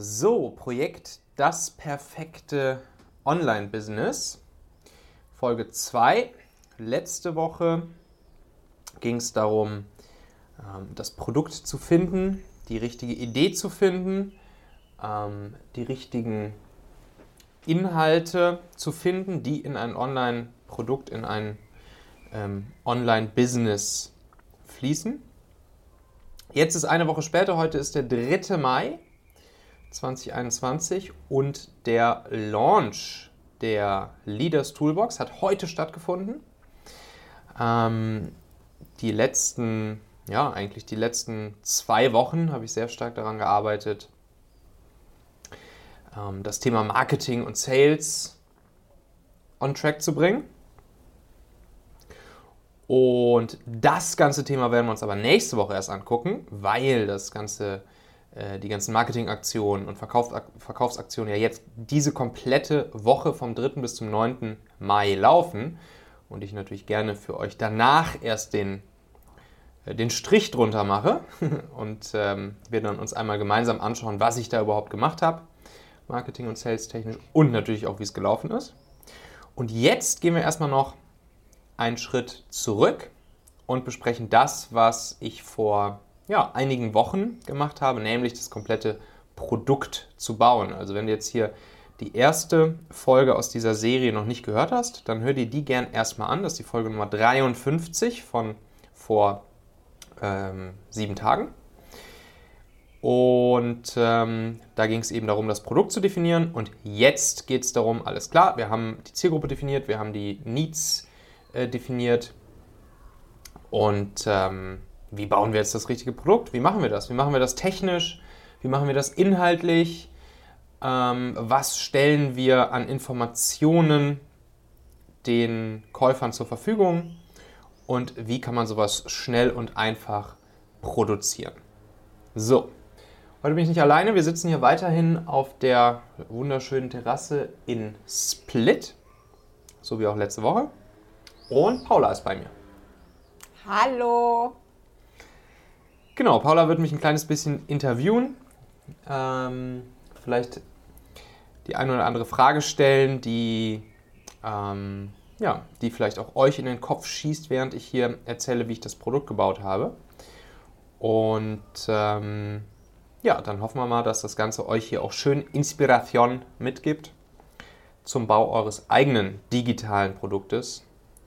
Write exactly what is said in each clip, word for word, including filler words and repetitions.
So, Projekt Das perfekte Online-Business, Folge zwei. Letzte Woche ging es darum, das Produkt zu finden, die richtige Idee zu finden, die richtigen Inhalte zu finden, die in ein Online-Produkt, in ein Online-Business fließen. Jetzt ist eine Woche später, heute ist der dritte Mai zweitausendeinundzwanzig und der Launch der Leaders Toolbox hat heute stattgefunden. Ähm, die letzten, ja, eigentlich die letzten zwei Wochen habe ich sehr stark daran gearbeitet, ähm, das Thema Marketing und Sales on track zu bringen. Und das ganze Thema werden wir uns aber nächste Woche erst angucken, weil das ganze die ganzen Marketingaktionen und Verkaufsaktionen ja jetzt diese komplette Woche vom dritten bis zum neunten Mai laufen und ich natürlich gerne für euch danach erst den, den Strich drunter mache und ähm, wir dann uns einmal gemeinsam anschauen, was ich da überhaupt gemacht habe, Marketing- und Sales-technisch und natürlich auch, wie es gelaufen ist. Und jetzt gehen wir erstmal noch einen Schritt zurück und besprechen das, was ich vor ja, einigen Wochen gemacht habe, nämlich das komplette Produkt zu bauen. Also wenn du jetzt hier die erste Folge aus dieser Serie noch nicht gehört hast, dann hör dir die gern erstmal an. Das ist die Folge Nummer dreiundfünfzig von vor ähm, sieben Tagen. Und ähm, da ging es eben darum, das Produkt zu definieren. Und jetzt geht es darum, alles klar, wir haben die Zielgruppe definiert, wir haben die Needs äh, definiert und ähm, wie bauen wir jetzt das richtige Produkt? Wie machen wir das? Wie machen wir das technisch? Wie machen wir das inhaltlich? Ähm, was stellen wir an Informationen den Käufern zur Verfügung? Und wie kann man sowas schnell und einfach produzieren? So, heute bin ich nicht alleine. Wir sitzen hier weiterhin auf der wunderschönen Terrasse in Split, so wie auch letzte Woche. Und Paula ist bei mir. Hallo! Genau, Paula wird mich ein kleines bisschen interviewen, ähm, vielleicht die eine oder andere Frage stellen, die, ähm, ja, die vielleicht auch euch in den Kopf schießt, während ich hier erzähle, wie ich das Produkt gebaut habe. Und ähm, ja, dann hoffen wir mal, dass das Ganze euch hier auch schön Inspiration mitgibt zum Bau eures eigenen digitalen Produktes,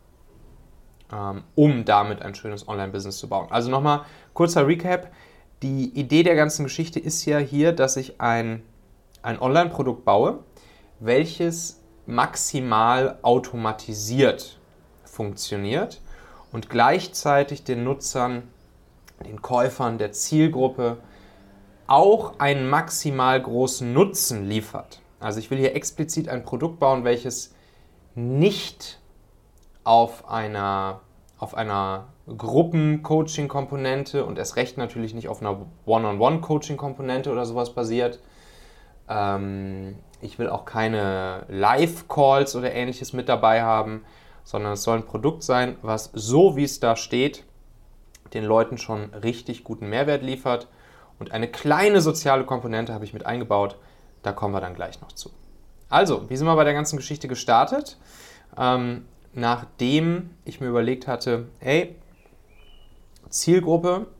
um damit ein schönes Online-Business zu bauen. Also nochmal kurzer Recap. Die Idee der ganzen Geschichte ist ja hier, dass ich ein, ein Online-Produkt baue, welches maximal automatisiert funktioniert und gleichzeitig den Nutzern, den Käufern der Zielgruppe auch einen maximal großen Nutzen liefert. Also ich will hier explizit ein Produkt bauen, welches nicht auf einer, auf einer Gruppen-Coaching-Komponente und erst recht natürlich nicht auf einer One-on-One-Coaching-Komponente oder sowas basiert. Ähm, ich will auch keine Live-Calls oder ähnliches mit dabei haben, sondern es soll ein Produkt sein, was so wie es da steht, den Leuten schon richtig guten Mehrwert liefert. Und eine kleine soziale Komponente habe ich mit eingebaut, da kommen wir dann gleich noch zu. Also, wie sind wir bei der ganzen Geschichte gestartet? Ähm, Nachdem ich mir überlegt hatte, ey, Zielgruppe,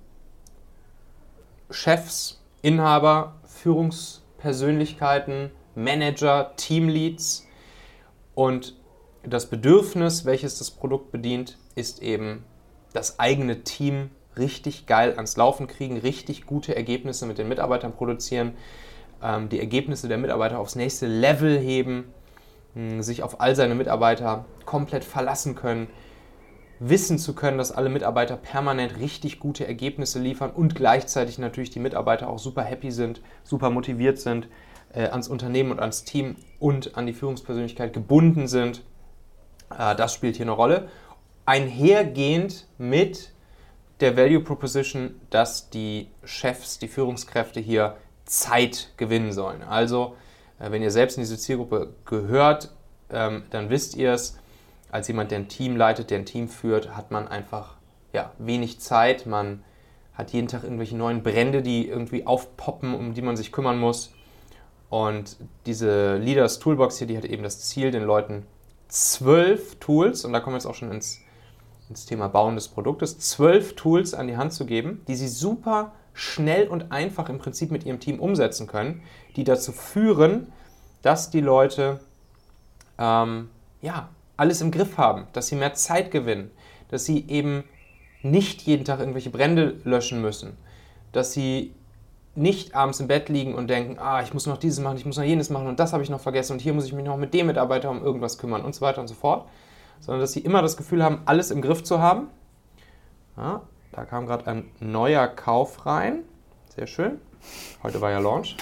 Chefs, Inhaber, Führungspersönlichkeiten, Manager, Teamleads und das Bedürfnis, welches das Produkt bedient, ist eben das eigene Team richtig geil ans Laufen kriegen, richtig gute Ergebnisse mit den Mitarbeitern produzieren, ähm, die Ergebnisse der Mitarbeiter aufs nächste Level heben, sich auf all seine Mitarbeiter komplett verlassen können, wissen zu können, dass alle Mitarbeiter permanent richtig gute Ergebnisse liefern und gleichzeitig natürlich die Mitarbeiter auch super happy sind, super motiviert sind, äh, ans Unternehmen und ans Team und an die Führungspersönlichkeit gebunden sind. Äh, das spielt hier eine Rolle. Einhergehend mit der Value Proposition, dass die Chefs, die Führungskräfte hier Zeit gewinnen sollen. Also wenn ihr selbst in diese Zielgruppe gehört, ähm, dann wisst ihr es, als jemand, der ein Team leitet, der ein Team führt, hat man einfach ja, wenig Zeit. Man hat jeden Tag irgendwelche neuen Brände, die irgendwie aufpoppen, um die man sich kümmern muss. Und diese Leaders Toolbox hier, die hat eben das Ziel, den Leuten zwölf Tools, und da kommen wir jetzt auch schon ins, ins Thema Bauen des Produktes, zwölf Tools an die Hand zu geben, die sie super schnell und einfach im Prinzip mit ihrem Team umsetzen können, die dazu führen, dass die Leute ähm, ja, alles im Griff haben, dass sie mehr Zeit gewinnen, dass sie eben nicht jeden Tag irgendwelche Brände löschen müssen, dass sie nicht abends im Bett liegen und denken, ah, ich muss noch dieses machen, ich muss noch jenes machen und das habe ich noch vergessen und hier muss ich mich noch mit dem Mitarbeiter um irgendwas kümmern und so weiter und so fort, sondern dass sie immer das Gefühl haben, alles im Griff zu haben. Ja, da kam gerade ein neuer Kauf rein, sehr schön, heute war ja Launch.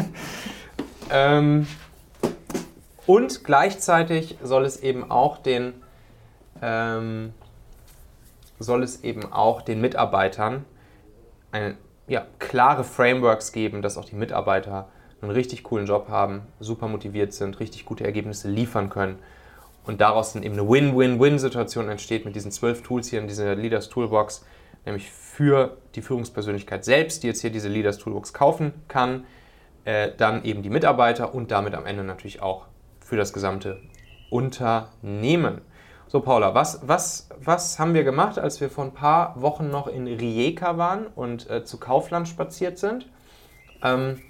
ähm, und gleichzeitig soll es eben auch den, ähm, soll es eben auch den Mitarbeitern eine Ja, klare Frameworks geben, dass auch die Mitarbeiter einen richtig coolen Job haben, super motiviert sind, richtig gute Ergebnisse liefern können und daraus dann eben eine Win-Win-Win-Situation entsteht mit diesen zwölf Tools hier in dieser Leaders Toolbox, nämlich für die Führungspersönlichkeit selbst, die jetzt hier diese Leaders Toolbox kaufen kann, äh, dann eben die Mitarbeiter und damit am Ende natürlich auch für das gesamte Unternehmen. So, Paula, was, was, was haben wir gemacht, als wir vor ein paar Wochen noch in Rijeka waren und äh, zu Kaufland spaziert sind? Ähm,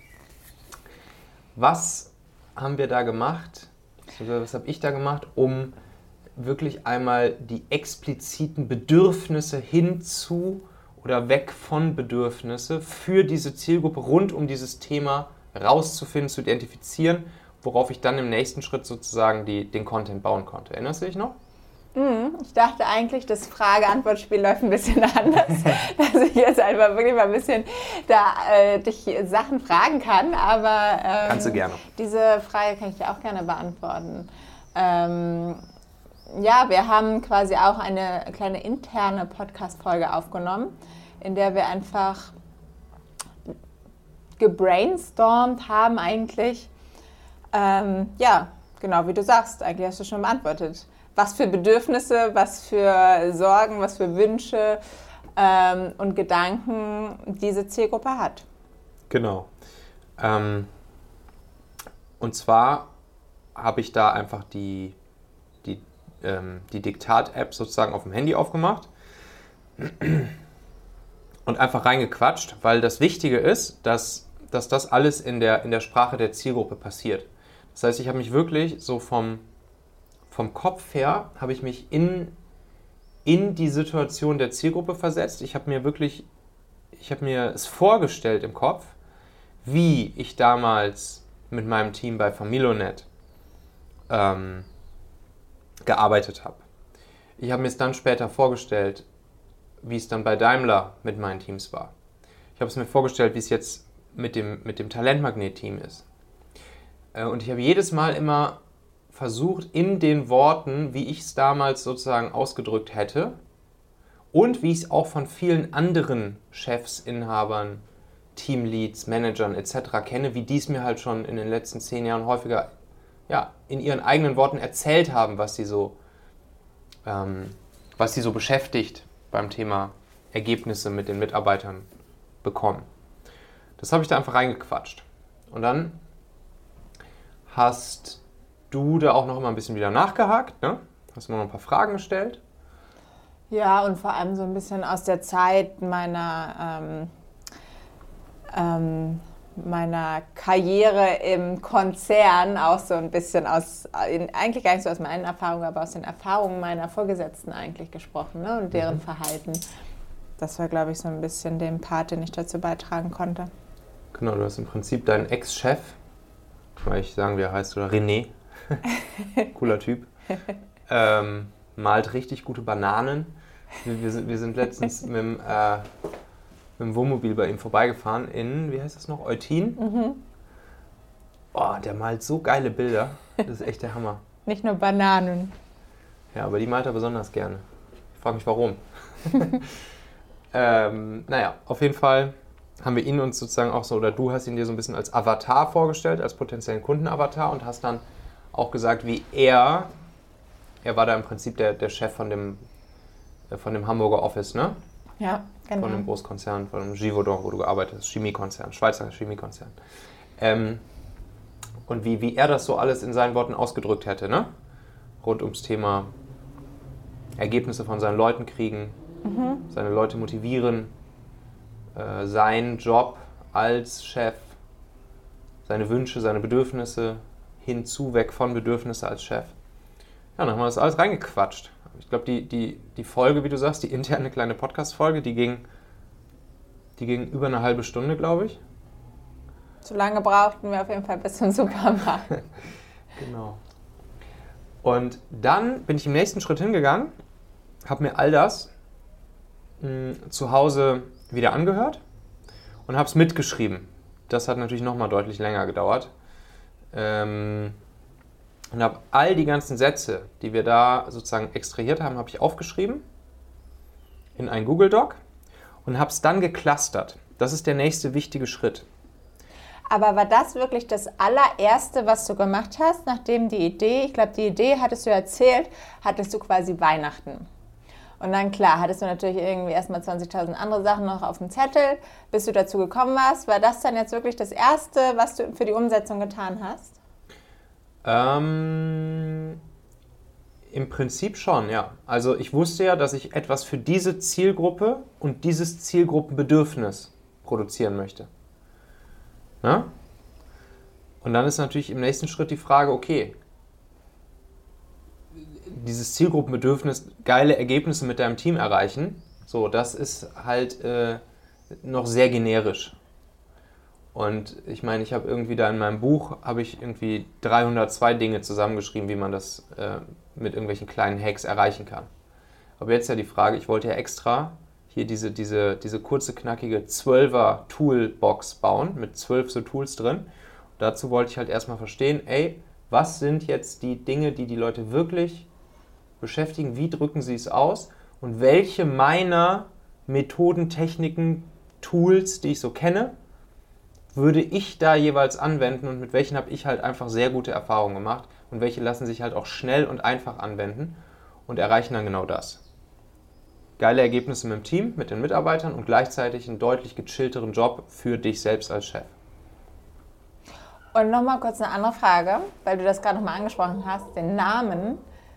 was haben wir da gemacht, also was habe ich da gemacht, um wirklich einmal die expliziten Bedürfnisse hinzu oder weg von Bedürfnisse für diese Zielgruppe rund um dieses Thema rauszufinden, zu identifizieren, worauf ich dann im nächsten Schritt sozusagen die, den Content bauen konnte. Erinnerst du dich noch? Ich dachte eigentlich, das Frage-Antwort-Spiel läuft ein bisschen anders, dass ich jetzt einfach wirklich mal ein bisschen da äh, dich Sachen fragen kann, aber ähm, kannst du gerne. Diese Frage kann ich dir auch gerne beantworten. Ähm, ja, wir haben quasi auch eine kleine interne Podcast-Folge aufgenommen, in der wir einfach gebrainstormt haben eigentlich. Ähm, ja, genau wie du sagst, eigentlich hast du schon beantwortet. Was für Bedürfnisse, was für Sorgen, was für Wünsche ähm, und Gedanken diese Zielgruppe hat. Genau. Ähm, und zwar habe ich da einfach die, die, ähm, die Diktat-App sozusagen auf dem Handy aufgemacht und einfach reingequatscht, weil das Wichtige ist, dass, dass das alles in der, in der Sprache der Zielgruppe passiert. Das heißt, ich habe mich wirklich so vom Vom Kopf her habe ich mich in, in die Situation der Zielgruppe versetzt. Ich habe mir wirklich, ich habe mir es vorgestellt im Kopf, wie ich damals mit meinem Team bei Familonet ähm, gearbeitet habe. Ich habe mir es dann später vorgestellt, wie es dann bei Daimler mit meinen Teams war. Ich habe es mir vorgestellt, wie es jetzt mit dem, mit dem Talentmagnet-Team ist. Äh, und ich habe jedes Mal immer versucht, in den Worten, wie ich es damals sozusagen ausgedrückt hätte und wie ich es auch von vielen anderen Chefs, Inhabern, Teamleads, Managern et cetera kenne, wie die es mir halt schon in den letzten zehn Jahren häufiger ja, in ihren eigenen Worten erzählt haben, was sie so, ähm, was sie so beschäftigt beim Thema Ergebnisse mit den Mitarbeitern bekommen. Das habe ich da einfach reingequatscht. Und dann hast du da auch noch immer ein bisschen wieder nachgehakt, ne? Hast du noch ein paar Fragen gestellt? Ja, und vor allem so ein bisschen aus der Zeit meiner, ähm, ähm, meiner Karriere im Konzern, auch so ein bisschen aus, in, eigentlich gar nicht so aus meinen Erfahrungen, aber aus den Erfahrungen meiner Vorgesetzten eigentlich gesprochen, ne? Und deren mhm. Verhalten. Das war, glaube ich, so ein bisschen den Part, den ich dazu beitragen konnte. Genau, du hast im Prinzip deinen Ex-Chef, weil ich sagen, wie er heißt, oder René, cooler Typ, ähm, malt richtig gute Bananen. Wir, wir, sind, wir sind letztens mit dem, äh, mit dem Wohnmobil bei ihm vorbeigefahren in, wie heißt das noch, Eutin. Mhm. Oh, der malt so geile Bilder, das ist echt der Hammer. Nicht nur Bananen. Ja, aber die malt er besonders gerne. Ich frage mich, warum. ähm, naja, auf jeden Fall haben wir ihn uns sozusagen auch so, oder du hast ihn dir so ein bisschen als Avatar vorgestellt, als potenziellen Kundenavatar und hast dann auch gesagt, wie er, er war da im Prinzip der, der Chef von dem, von dem Hamburger Office, ne? Ja, genau. Von dem Großkonzern, von dem Givaudan, wo du gearbeitet hast, Chemiekonzern, Schweizer Chemiekonzern. Ähm, und wie, wie er das so alles in seinen Worten ausgedrückt hätte, ne? Rund ums Thema Ergebnisse von seinen Leuten kriegen, mhm. seine Leute motivieren, äh, seinen Job als Chef, seine Wünsche, seine Bedürfnisse, hinzu, weg von Bedürfnisse als Chef. Ja, dann haben wir das alles reingequatscht. Ich glaube, die, die, die Folge, wie du sagst, die interne kleine Podcast-Folge, die ging, die ging über eine halbe Stunde, glaube ich. So lange brauchten wir auf jeden Fall bis zum Supermarkt. Genau. Und dann bin ich im nächsten Schritt hingegangen, habe mir all das mh, zu Hause wieder angehört und habe es mitgeschrieben. Das hat natürlich nochmal deutlich länger gedauert. Ähm, und habe all die ganzen Sätze, die wir da sozusagen extrahiert haben, habe ich aufgeschrieben in ein Google Doc und habe es dann geclustert. Das ist der nächste wichtige Schritt. Aber war das wirklich das allererste, was du gemacht hast, nachdem die Idee, ich glaube, die Idee, hattest du erzählt, hattest du quasi Weihnachten. Und dann, klar, hattest du natürlich irgendwie erstmal zwanzigtausend andere Sachen noch auf dem Zettel, bis du dazu gekommen warst. War das dann jetzt wirklich das Erste, was du für die Umsetzung getan hast? Ähm, im Prinzip schon, ja. Also ich wusste ja, dass ich etwas für diese Zielgruppe und dieses Zielgruppenbedürfnis produzieren möchte. Na? Und dann ist natürlich im nächsten Schritt die Frage, okay, dieses Zielgruppenbedürfnis, geile Ergebnisse mit deinem Team erreichen, so, das ist halt äh, noch sehr generisch. Und ich meine, ich habe irgendwie da in meinem Buch, habe ich irgendwie dreihundertzwei Dinge zusammengeschrieben, wie man das äh, mit irgendwelchen kleinen Hacks erreichen kann. Aber jetzt ja die Frage, ich wollte ja extra hier diese, diese, diese kurze, knackige zwölfer Toolbox bauen, mit zwölf so Tools drin. Und dazu wollte ich halt erstmal verstehen, ey, was sind jetzt die Dinge, die die Leute wirklich beschäftigen, wie drücken sie es aus und welche meiner Methoden, Techniken, Tools, die ich so kenne, würde ich da jeweils anwenden und mit welchen habe ich halt einfach sehr gute Erfahrungen gemacht und welche lassen sich halt auch schnell und einfach anwenden und erreichen dann genau das. Geile Ergebnisse mit dem Team, mit den Mitarbeitern und gleichzeitig einen deutlich gechillteren Job für dich selbst als Chef. Und nochmal kurz eine andere Frage, weil du das gerade nochmal angesprochen hast, den Namen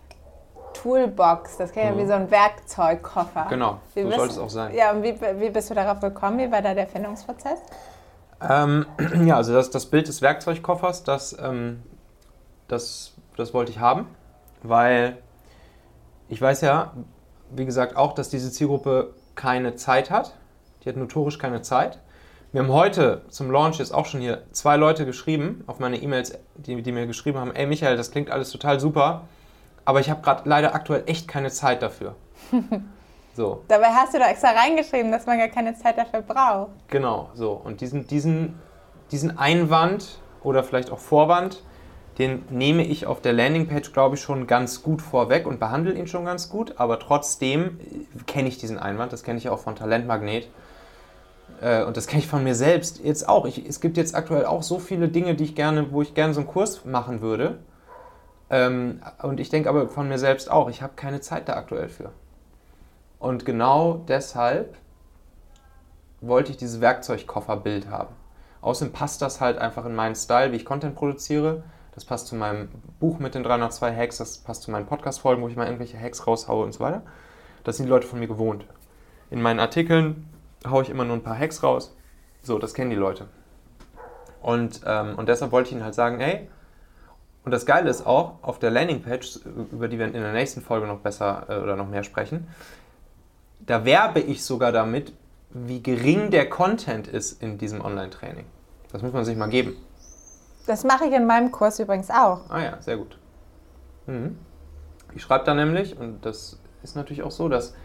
Toolbox, das klingt ja wie so ein Werkzeugkoffer. Genau, wie so bist, sollte es auch sein. Ja, und wie, wie bist du darauf gekommen? Wie war da der Findungsprozess? Ähm, ja, also das, das Bild des Werkzeugkoffers, das, ähm, das, das wollte ich haben, weil ich weiß ja, wie gesagt, auch, dass diese Zielgruppe keine Zeit hat. Die hat notorisch keine Zeit. Wir haben heute zum Launch jetzt auch schon hier zwei Leute geschrieben, auf meine E-Mails, die, die mir geschrieben haben, ey Michael, das klingt alles total super, aber ich habe gerade leider aktuell echt keine Zeit dafür. So. Dabei hast du da extra reingeschrieben, dass man gar keine Zeit dafür braucht. Genau, so. Und diesen, diesen, diesen Einwand oder vielleicht auch Vorwand, den nehme ich auf der Landingpage, glaube ich, schon ganz gut vorweg und behandle ihn schon ganz gut, aber trotzdem kenne ich diesen Einwand, das kenne ich ja auch von Talentmagnet äh, und das kenne ich von mir selbst jetzt auch. Ich, es gibt jetzt aktuell auch so viele Dinge, die ich gerne, wo ich gerne so einen Kurs machen würde ähm, und ich denke aber von mir selbst auch, ich habe keine Zeit da aktuell für. Und genau deshalb wollte ich dieses Werkzeugkofferbild haben. Außerdem passt das halt einfach in meinen Style, wie ich Content produziere. Das passt zu meinem Buch mit den dreihundertzwei Hacks, das passt zu meinen Podcast-Folgen, wo ich mal irgendwelche Hacks raushaue und so weiter. Das sind die Leute von mir gewohnt. In meinen Artikeln haue ich immer nur ein paar Hacks raus. So, das kennen die Leute. Und, ähm, und deshalb wollte ich ihnen halt sagen, ey, und das Geile ist auch, auf der Landingpage, über die wir in der nächsten Folge noch besser äh, oder noch mehr sprechen, da werbe ich sogar damit, wie gering der Content ist in diesem Online-Training. Das muss man sich mal geben. Das mache ich in meinem Kurs übrigens auch. Ah ja, sehr gut. Mhm. Ich schreibe da nämlich, und das ist natürlich auch so, dass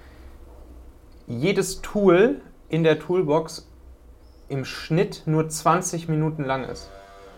jedes Tool in der Toolbox im Schnitt nur zwanzig Minuten lang ist.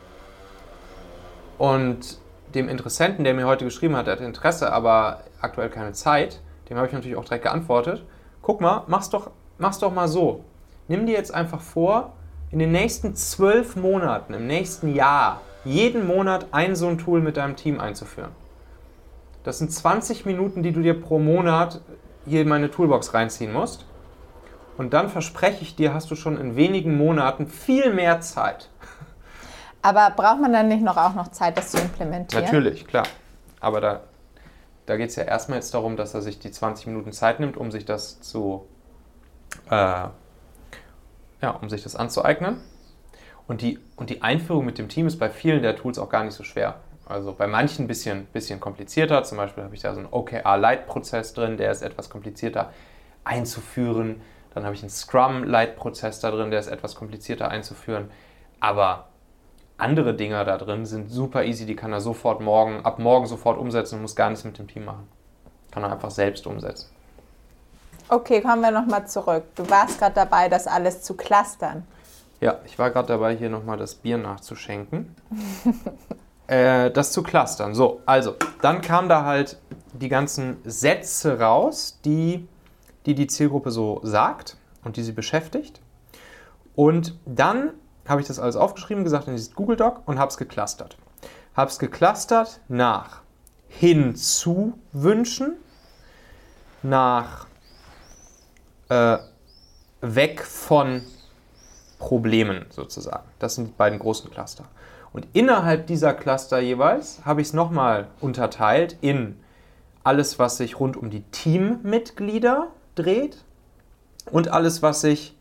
Und dem Interessenten, der mir heute geschrieben hat, der hat Interesse, aber aktuell keine Zeit, dem habe ich natürlich auch direkt geantwortet. Guck mal, mach's doch, mach's doch mal so. Nimm dir jetzt einfach vor, in den nächsten zwölf Monaten, im nächsten Jahr, jeden Monat ein so ein Tool mit deinem Team einzuführen. Das sind zwanzig Minuten, die du dir pro Monat hier in meine Toolbox reinziehen musst. Und dann verspreche ich dir, hast du schon in wenigen Monaten viel mehr Zeit. Aber braucht man dann nicht noch auch noch Zeit, das zu implementieren? Natürlich, klar. Aber da, da geht es ja erstmal jetzt darum, dass er sich die zwanzig Minuten Zeit nimmt, um sich das zu, äh, ja, um sich das anzueignen. Und die, und die Einführung mit dem Team ist bei vielen der Tools auch gar nicht so schwer. Also bei manchen ein bisschen, bisschen komplizierter. Zum Beispiel habe ich da so einen O K R-Light-Prozess drin, der ist etwas komplizierter einzuführen. Dann habe ich einen Scrum-Light-Prozess da drin, der ist etwas komplizierter einzuführen. Aber andere Dinge da drin sind super easy, die kann er sofort morgen, ab morgen sofort umsetzen und muss gar nichts mit dem Team machen. Kann er einfach selbst umsetzen. Okay, kommen wir nochmal zurück. Du warst gerade dabei, das alles zu clustern. Ja, ich war gerade dabei, hier nochmal das Bier nachzuschenken. äh, das zu clustern. So, also, dann kamen da halt die ganzen Sätze raus, die die, die Zielgruppe so sagt und die sie beschäftigt. Und dann habe ich das alles aufgeschrieben, gesagt in dieses Google Doc und habe es geclustert. Habe es geclustert nach hinzuwünschen, nach äh, weg von Problemen sozusagen. Das sind die beiden großen Cluster. Und innerhalb dieser Cluster jeweils habe ich es nochmal unterteilt in alles, was sich rund um die Teammitglieder dreht und alles, was sich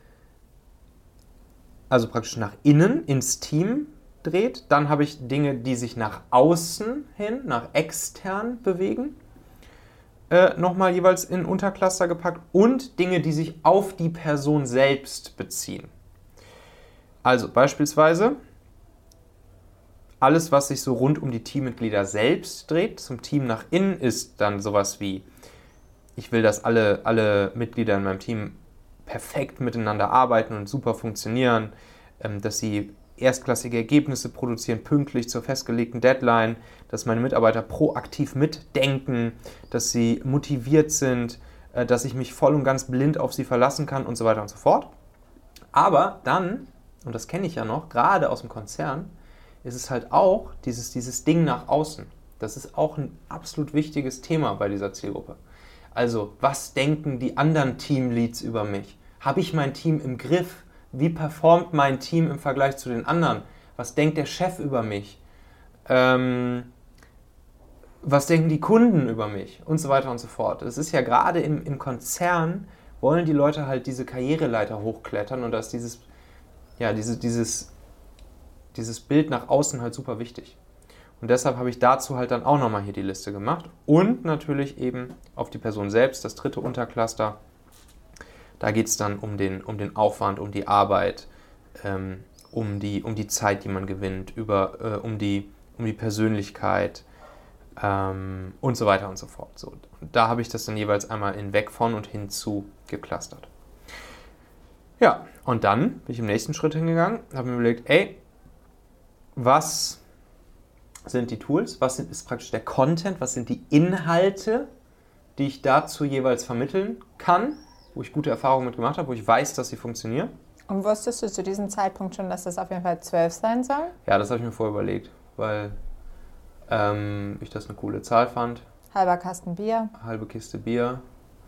also praktisch nach innen ins Team dreht. Dann habe ich Dinge, die sich nach außen hin, nach extern bewegen, äh, nochmal jeweils in Untercluster gepackt und Dinge, die sich auf die Person selbst beziehen. Also beispielsweise alles, was sich so rund um die Teammitglieder selbst dreht, zum Team nach innen, ist dann sowas wie, ich will, dass alle, alle Mitglieder in meinem Team perfekt miteinander arbeiten und super funktionieren, dass sie erstklassige Ergebnisse produzieren, pünktlich zur festgelegten Deadline, dass meine Mitarbeiter proaktiv mitdenken, dass sie motiviert sind, dass ich mich voll und ganz blind auf sie verlassen kann und so weiter und so fort. Aber dann, und das kenne ich ja noch, gerade aus dem Konzern, ist es halt auch dieses, dieses Ding nach außen. Das ist auch ein absolut wichtiges Thema bei dieser Zielgruppe. Also, was denken die anderen Teamleads über mich? Habe ich mein Team im Griff? Wie performt mein Team im Vergleich zu den anderen? Was denkt der Chef über mich? Ähm, was denken die Kunden über mich? Und so weiter und so fort. Es ist ja gerade im, im Konzern, wollen die Leute halt diese Karriereleiter hochklettern und da ist dieses, ja, diese, dieses, dieses Bild nach außen halt super wichtig. Und deshalb habe ich dazu halt dann auch nochmal hier die Liste gemacht. Und natürlich eben auf die Person selbst, das dritte Untercluster. Da geht es dann um den, um den Aufwand, um die Arbeit, ähm, um, die, um die Zeit, die man gewinnt, über, äh, um, die, um die Persönlichkeit ähm, und so weiter und so fort. So, und da habe ich das dann jeweils einmal in weg von und hinzu geclustert. Ja, und dann bin ich im nächsten Schritt hingegangen, habe mir überlegt, ey, was sind die Tools, was sind, ist praktisch der Content, was sind die Inhalte, die ich dazu jeweils vermitteln kann, wo ich gute Erfahrungen mit gemacht habe, wo ich weiß, dass sie funktionieren. Und wusstest du zu diesem Zeitpunkt schon, dass das auf jeden Fall zwölf sein soll? Ja, das habe ich mir vorher überlegt, weil ähm, ich das eine coole Zahl fand. Halber Kasten Bier. Halbe Kiste Bier.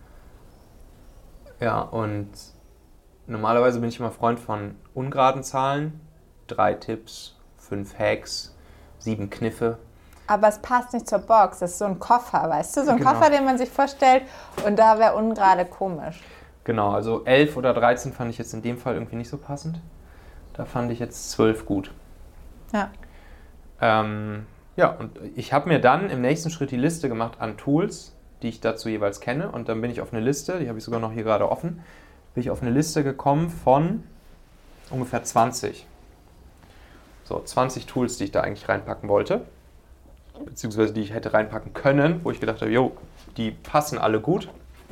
Ja, und normalerweise bin ich immer Freund von ungeraden Zahlen. Drei Tipps, fünf Hacks, sieben Kniffe. Aber es passt nicht zur Box. Das ist so ein Koffer, weißt du? So ein Genau. Koffer, den man sich vorstellt und da wäre ungerade komisch. Genau, also elf oder dreizehn fand ich jetzt in dem Fall irgendwie nicht so passend. Da fand ich jetzt zwölf gut. Ja. Ähm, ja, und ich habe mir dann im nächsten Schritt die Liste gemacht an Tools, die ich dazu jeweils kenne. Und dann bin ich auf eine Liste, die habe ich sogar noch hier gerade offen, bin ich auf eine Liste gekommen von ungefähr zwanzig. So, zwanzig Tools, die ich da eigentlich reinpacken wollte. Beziehungsweise die ich hätte reinpacken können, wo ich gedacht habe, jo, die passen alle gut.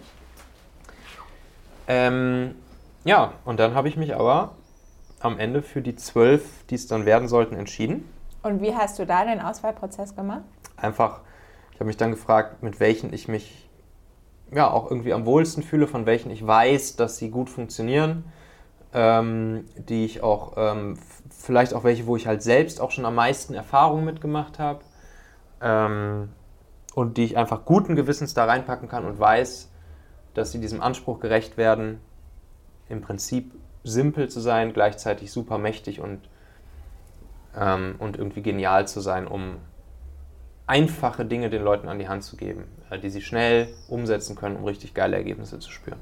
Ähm, ja, und dann habe ich mich aber am Ende für die zwölf, die es dann werden sollten, entschieden. Und wie hast du da den Auswahlprozess gemacht? Einfach, ich habe mich dann gefragt, mit welchen ich mich ja auch irgendwie am wohlsten fühle, von welchen ich weiß, dass sie gut funktionieren, ähm, die ich auch, ähm, vielleicht auch welche, wo ich halt selbst auch schon am meisten Erfahrung mitgemacht habe. Ähm, und die ich einfach guten Gewissens da reinpacken kann und weiß, dass sie diesem Anspruch gerecht werden, im Prinzip simpel zu sein, gleichzeitig super mächtig und ähm, und irgendwie genial zu sein, um einfache Dinge den Leuten an die Hand zu geben, äh, die sie schnell umsetzen können, um richtig geile Ergebnisse zu spüren.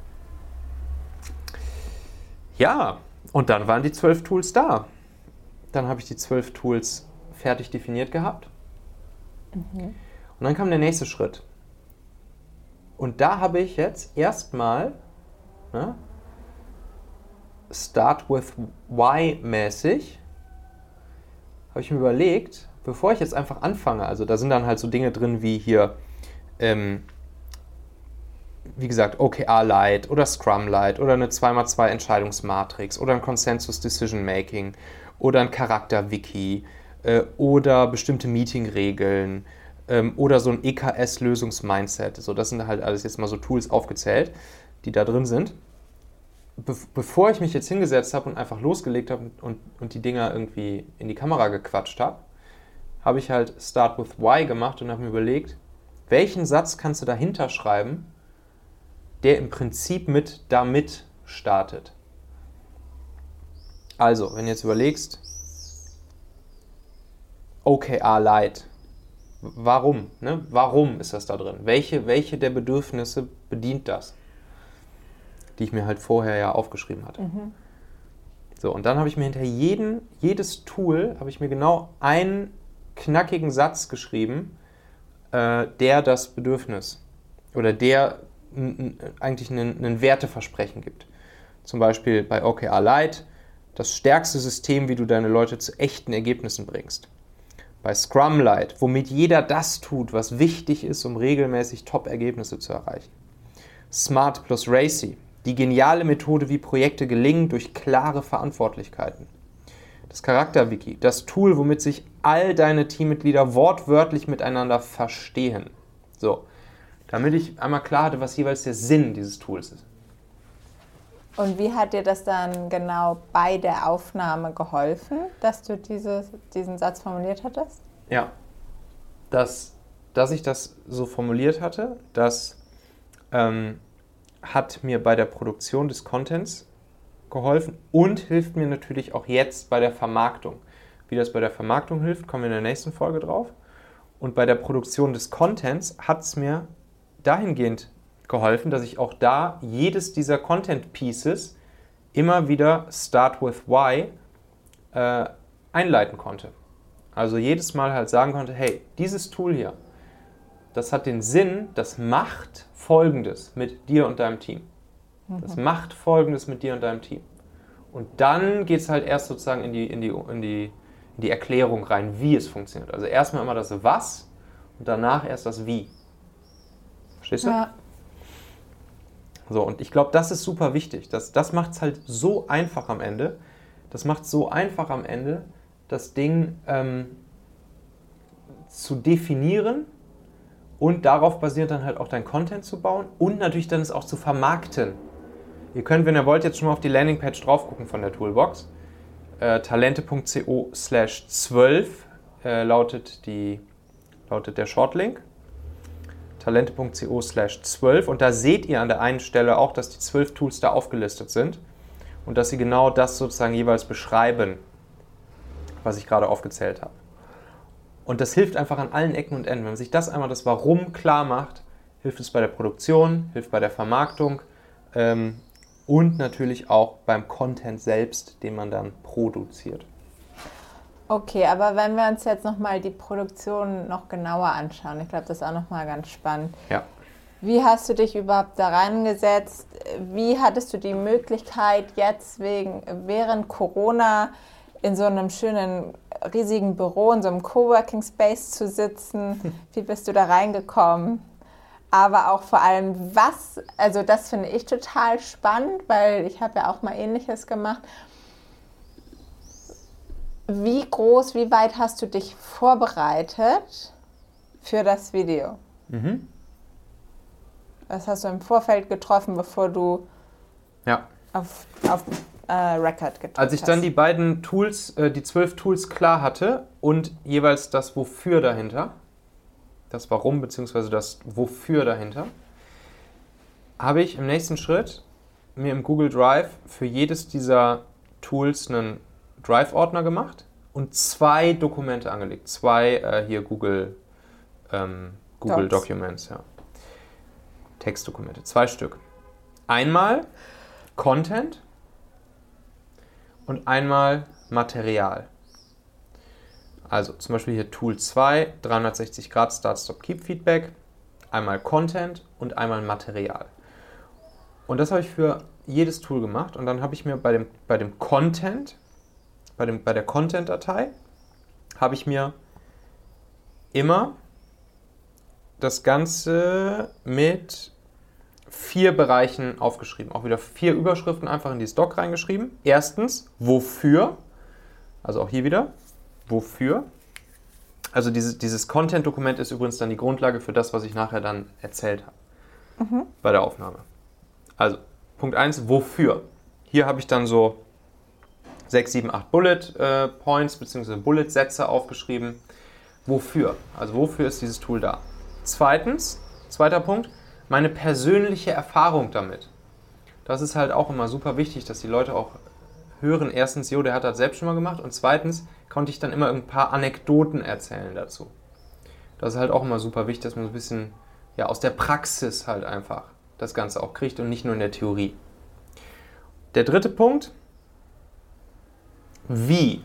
Ja, und dann waren die zwölf Tools da. Dann habe ich die zwölf Tools fertig definiert gehabt. Mhm. Und dann kam der nächste Schritt. Und da habe ich jetzt erstmal ne, Start with Why mäßig, habe ich mir überlegt, bevor ich jetzt einfach anfange, also da sind dann halt so Dinge drin wie hier, ähm, wie gesagt, O K R Lite oder Scrum Lite oder eine zwei mal zwei Entscheidungsmatrix oder ein Consensus Decision Making oder ein Charakter-Wiki äh, oder bestimmte Meeting-Regeln ähm, oder so ein E K S-Lösungs-Mindset. So, das sind halt alles jetzt mal so Tools aufgezählt, die da drin sind. Be- bevor ich mich jetzt hingesetzt habe und einfach losgelegt habe und, und die Dinger irgendwie in die Kamera gequatscht habe, habe ich halt Start with Why gemacht und habe mir überlegt, welchen Satz kannst du dahinter schreiben, der im Prinzip mit damit startet. Also, wenn du jetzt überlegst, O K R Lite, warum? Ne? Warum ist das da drin? Welche, welche der Bedürfnisse bedient das? Die ich mir halt vorher ja aufgeschrieben hatte. Mhm. So, und dann habe ich mir hinter jeden, jedes Tool, habe ich mir genau einen knackigen Satz geschrieben, äh, der das Bedürfnis oder der n, n, eigentlich ein Werteversprechen gibt. Zum Beispiel bei O K R Lite, das stärkste System, wie du deine Leute zu echten Ergebnissen bringst. Bei Scrum Lite, womit jeder das tut, was wichtig ist, um regelmäßig Top-Ergebnisse zu erreichen. Smart plus Racy, die geniale Methode, wie Projekte gelingen durch klare Verantwortlichkeiten. Das Charakter-Wiki, das Tool, womit sich all deine Teammitglieder wortwörtlich miteinander verstehen. So, damit ich einmal klar hatte, was jeweils der Sinn dieses Tools ist. Und wie hat dir das dann genau bei der Aufnahme geholfen, dass du diese, diesen Satz formuliert hattest? Ja, dass, dass ich das so formuliert hatte, das ähm, hat mir bei der Produktion des Contents geholfen und hilft mir natürlich auch jetzt bei der Vermarktung. Wie das bei der Vermarktung hilft, kommen wir in der nächsten Folge drauf. Und bei der Produktion des Contents hat es mir dahingehend geholfen, dass ich auch da jedes dieser Content-Pieces immer wieder Start with Why äh, einleiten konnte. Also jedes Mal halt sagen konnte, hey, dieses Tool hier, das hat den Sinn, das macht Folgendes mit dir und deinem Team. Das mhm. macht Folgendes mit dir und deinem Team. Und dann geht es halt erst sozusagen in die, in, die, in, die, in die Erklärung rein, wie es funktioniert. Also erstmal immer das Was und danach erst das Wie. Verstehst du? Ja. So, und ich glaube, das ist super wichtig. Das, das macht es halt so einfach am Ende. Das macht es so einfach am Ende, das Ding ähm, zu definieren und darauf basiert dann halt auch dein Content zu bauen und natürlich dann es auch zu vermarkten. Ihr könnt, wenn ihr wollt, jetzt schon mal auf die Landingpage drauf gucken von der Toolbox. Äh, talente.co slash zwölf äh, lautet, die, lautet der Shortlink. talente.co slash zwölf und da seht ihr an der einen Stelle auch, dass die zwölf Tools da aufgelistet sind und dass sie genau das sozusagen jeweils beschreiben, was ich gerade aufgezählt habe. Und das hilft einfach an allen Ecken und Enden. Wenn man sich das einmal das Warum klar macht, hilft es bei der Produktion, hilft bei der Vermarktung ähm, und natürlich auch beim Content selbst, den man dann produziert. Okay, aber wenn wir uns jetzt nochmal die Produktion noch genauer anschauen, ich glaube, das ist auch nochmal ganz spannend. Ja. Wie hast du dich überhaupt da reingesetzt? Wie hattest du die Möglichkeit, jetzt wegen, während Corona in so einem schönen, riesigen Büro, in so einem Coworking Space zu sitzen? Wie bist du da reingekommen? Aber auch vor allem, was, also das finde ich total spannend, weil ich habe ja auch mal Ähnliches gemacht. Wie groß, wie weit hast du dich vorbereitet für das Video? Mhm. Das hast du im Vorfeld getroffen, bevor du ja. auf, auf äh, Record gedrückt hast. Als ich dann die beiden Tools, äh, die zwölf Tools klar hatte und jeweils das Wofür dahinter, das Warum bzw. das Wofür dahinter, habe ich im nächsten Schritt mir im Google Drive für jedes dieser Tools einen Drive-Ordner gemacht und zwei Dokumente angelegt. Zwei äh, hier Google, ähm, Google Docs. Documents, ja. Textdokumente, zwei Stück. Einmal Content und einmal Material. Also zum Beispiel hier Tool zwei, dreihundertsechzig Grad Start, Stop, Keep Feedback. Einmal Content und einmal Material. Und das habe ich für jedes Tool gemacht. Und dann habe ich mir bei dem, bei dem Content, bei, dem, bei der Content-Datei, habe ich mir immer das Ganze mit vier Bereichen aufgeschrieben. Auch wieder vier Überschriften einfach in dieses Doc reingeschrieben. Erstens, wofür? Also auch hier wieder, wofür? Also dieses, dieses Content-Dokument ist übrigens dann die Grundlage für das, was ich nachher dann erzählt habe mhm. bei der Aufnahme. Also, Punkt eins, wofür? Hier habe ich dann so sechs, sieben, acht Bullet äh, Points bzw. Bullet-Sätze aufgeschrieben. Wofür? Also wofür ist dieses Tool da? Zweitens, zweiter Punkt, meine persönliche Erfahrung damit. Das ist halt auch immer super wichtig, dass die Leute auch hören, erstens, jo, der hat das selbst schon mal gemacht und zweitens konnte ich dann immer ein paar Anekdoten erzählen dazu. Das ist halt auch immer super wichtig, dass man so ein bisschen ja, aus der Praxis halt einfach das Ganze auch kriegt und nicht nur in der Theorie. Der dritte Punkt, wie?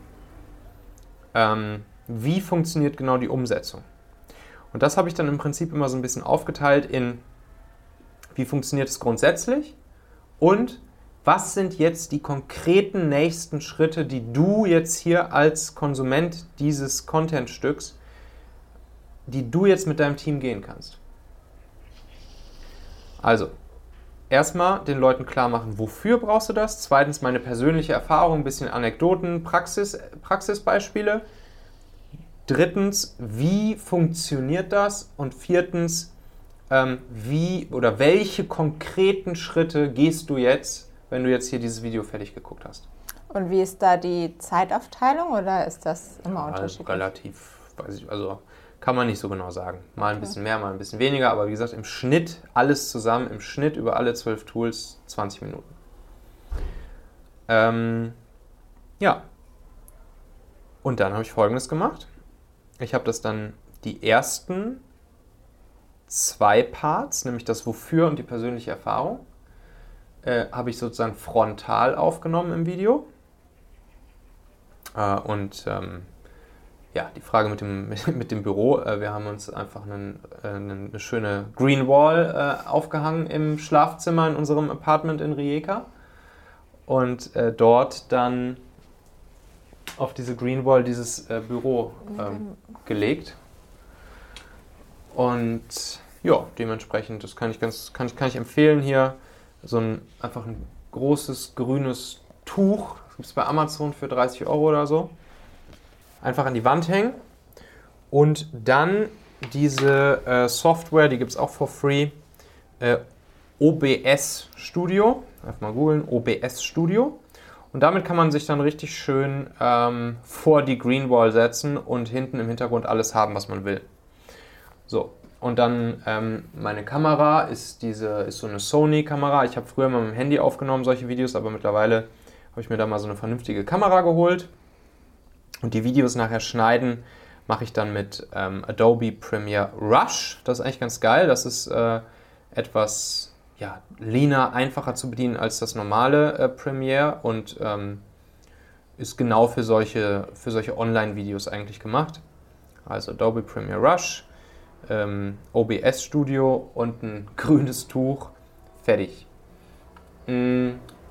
Ähm, wie funktioniert genau die Umsetzung? Und das habe ich dann im Prinzip immer so ein bisschen aufgeteilt in, wie funktioniert es grundsätzlich und was sind jetzt die konkreten nächsten Schritte, die du jetzt hier als Konsument dieses Contentstücks, die du jetzt mit deinem Team gehen kannst. Also, erstmal den Leuten klar machen, wofür brauchst du das? Zweitens meine persönliche Erfahrung, ein bisschen Anekdoten, Praxis, Praxisbeispiele. Drittens, wie funktioniert das? Und viertens, ähm, wie oder welche konkreten Schritte gehst du jetzt, wenn du jetzt hier dieses Video fertig geguckt hast? Und wie ist da die Zeitaufteilung oder ist das immer ja, unterschiedlich? Relativ, weiß ich, also kann man nicht so genau sagen. Mal ein bisschen mehr, mal ein bisschen weniger, aber wie gesagt, im Schnitt alles zusammen, im Schnitt über alle zwölf Tools zwanzig Minuten. Ähm, ja. Und dann habe ich Folgendes gemacht. Ich habe das dann die ersten zwei Parts, nämlich das Wofür und die persönliche Erfahrung, äh, habe ich sozusagen frontal aufgenommen im Video. Äh, und ähm, ja, die Frage mit dem, mit dem Büro, äh, wir haben uns einfach einen, äh, eine schöne Green Wall äh, aufgehangen im Schlafzimmer in unserem Apartment in Rijeka und äh, dort dann auf diese Green Wall dieses äh, Büro ähm, gelegt. Und ja, dementsprechend, das kann ich ganz, kann ich, kann ich empfehlen hier, so ein einfach ein großes grünes Tuch, das gibt es bei Amazon für dreißig Euro oder so, einfach an die Wand hängen und dann diese äh, Software, die gibt es auch for free, äh, O B S Studio, einfach mal googeln, O B S Studio. Und damit kann man sich dann richtig schön ähm, vor die Green Wall setzen und hinten im Hintergrund alles haben, was man will. So, und dann ähm, meine Kamera ist, diese, ist so eine Sony-Kamera. Ich habe früher mal mit dem Handy aufgenommen, solche Videos, aber mittlerweile habe ich mir da mal so eine vernünftige Kamera geholt. Und die Videos nachher schneiden mache ich dann mit ähm, Adobe Premiere Rush. Das ist eigentlich ganz geil. Das ist äh, etwas ja, leaner, einfacher zu bedienen als das normale äh, Premiere und ähm, ist genau für solche, für solche Online-Videos eigentlich gemacht. Also Adobe Premiere Rush, ähm, O B S Studio und ein grünes Tuch. Fertig. Mm.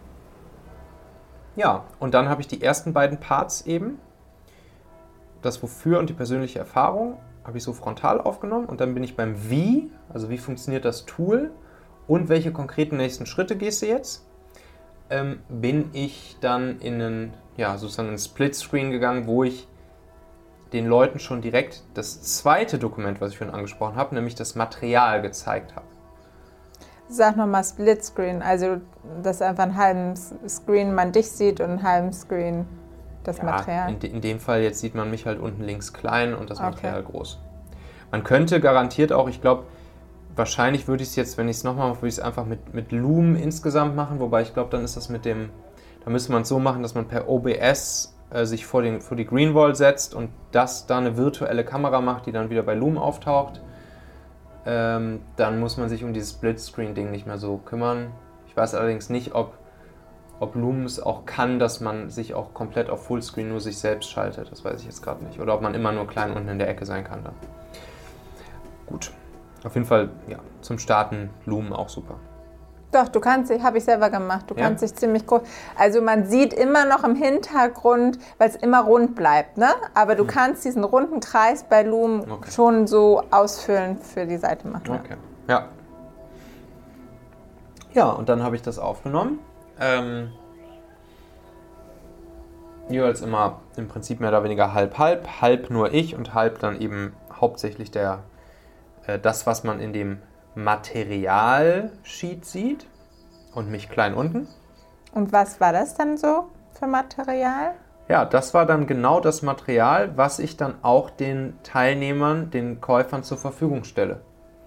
Ja, und dann habe ich die ersten beiden Parts eben. Das Wofür und die persönliche Erfahrung habe ich so frontal aufgenommen und dann bin ich beim Wie, also wie funktioniert das Tool und welche konkreten nächsten Schritte gehst du jetzt, ähm, bin ich dann in einen, ja, sozusagen einen Splitscreen gegangen, wo ich den Leuten schon direkt das zweite Dokument, was ich vorhin angesprochen habe, nämlich das Material gezeigt habe. Sag nochmal Splitscreen, also dass einfach einen halben Screen man dich sieht und einen halben Screen das ja, Material. In, de, in dem Fall jetzt sieht man mich halt unten links klein und das Okay. Material groß. Man könnte garantiert auch, ich glaube, wahrscheinlich würde ich es jetzt, wenn ich es nochmal mache, würde ich es einfach mit, mit Loom insgesamt machen, wobei ich glaube, dann ist das mit dem, da müsste man es so machen, dass man per O B S äh, sich vor, den, vor die Greenwall setzt und das da eine virtuelle Kamera macht, die dann wieder bei Loom auftaucht, ähm, dann muss man sich um dieses Splitscreen-Ding nicht mehr so kümmern. Ich weiß allerdings nicht, ob, ob Loom es auch kann, dass man sich auch komplett auf Fullscreen nur sich selbst schaltet. Das weiß ich jetzt gerade nicht. Oder ob man immer nur klein unten in der Ecke sein kann dann. Gut. Auf jeden Fall, ja, zum Starten Loom auch super. Doch, du kannst dich, habe ich selber gemacht, du Ja. kannst dich ziemlich groß, also man sieht immer noch im Hintergrund, weil es immer rund bleibt, ne? Aber du Hm. kannst diesen runden Kreis bei Loom Okay. schon so ausfüllen für die Seite machen. Okay, ja. Ja, und dann habe ich das aufgenommen. Ähm, jeweils immer im Prinzip mehr oder weniger halb-halb, halb nur ich und halb dann eben hauptsächlich der, äh, das, was man in dem Material-Sheet sieht und mich klein unten. Und was war das dann so für Material? Ja, das war dann genau das Material, was ich dann auch den Teilnehmern, den Käufern zur Verfügung stelle.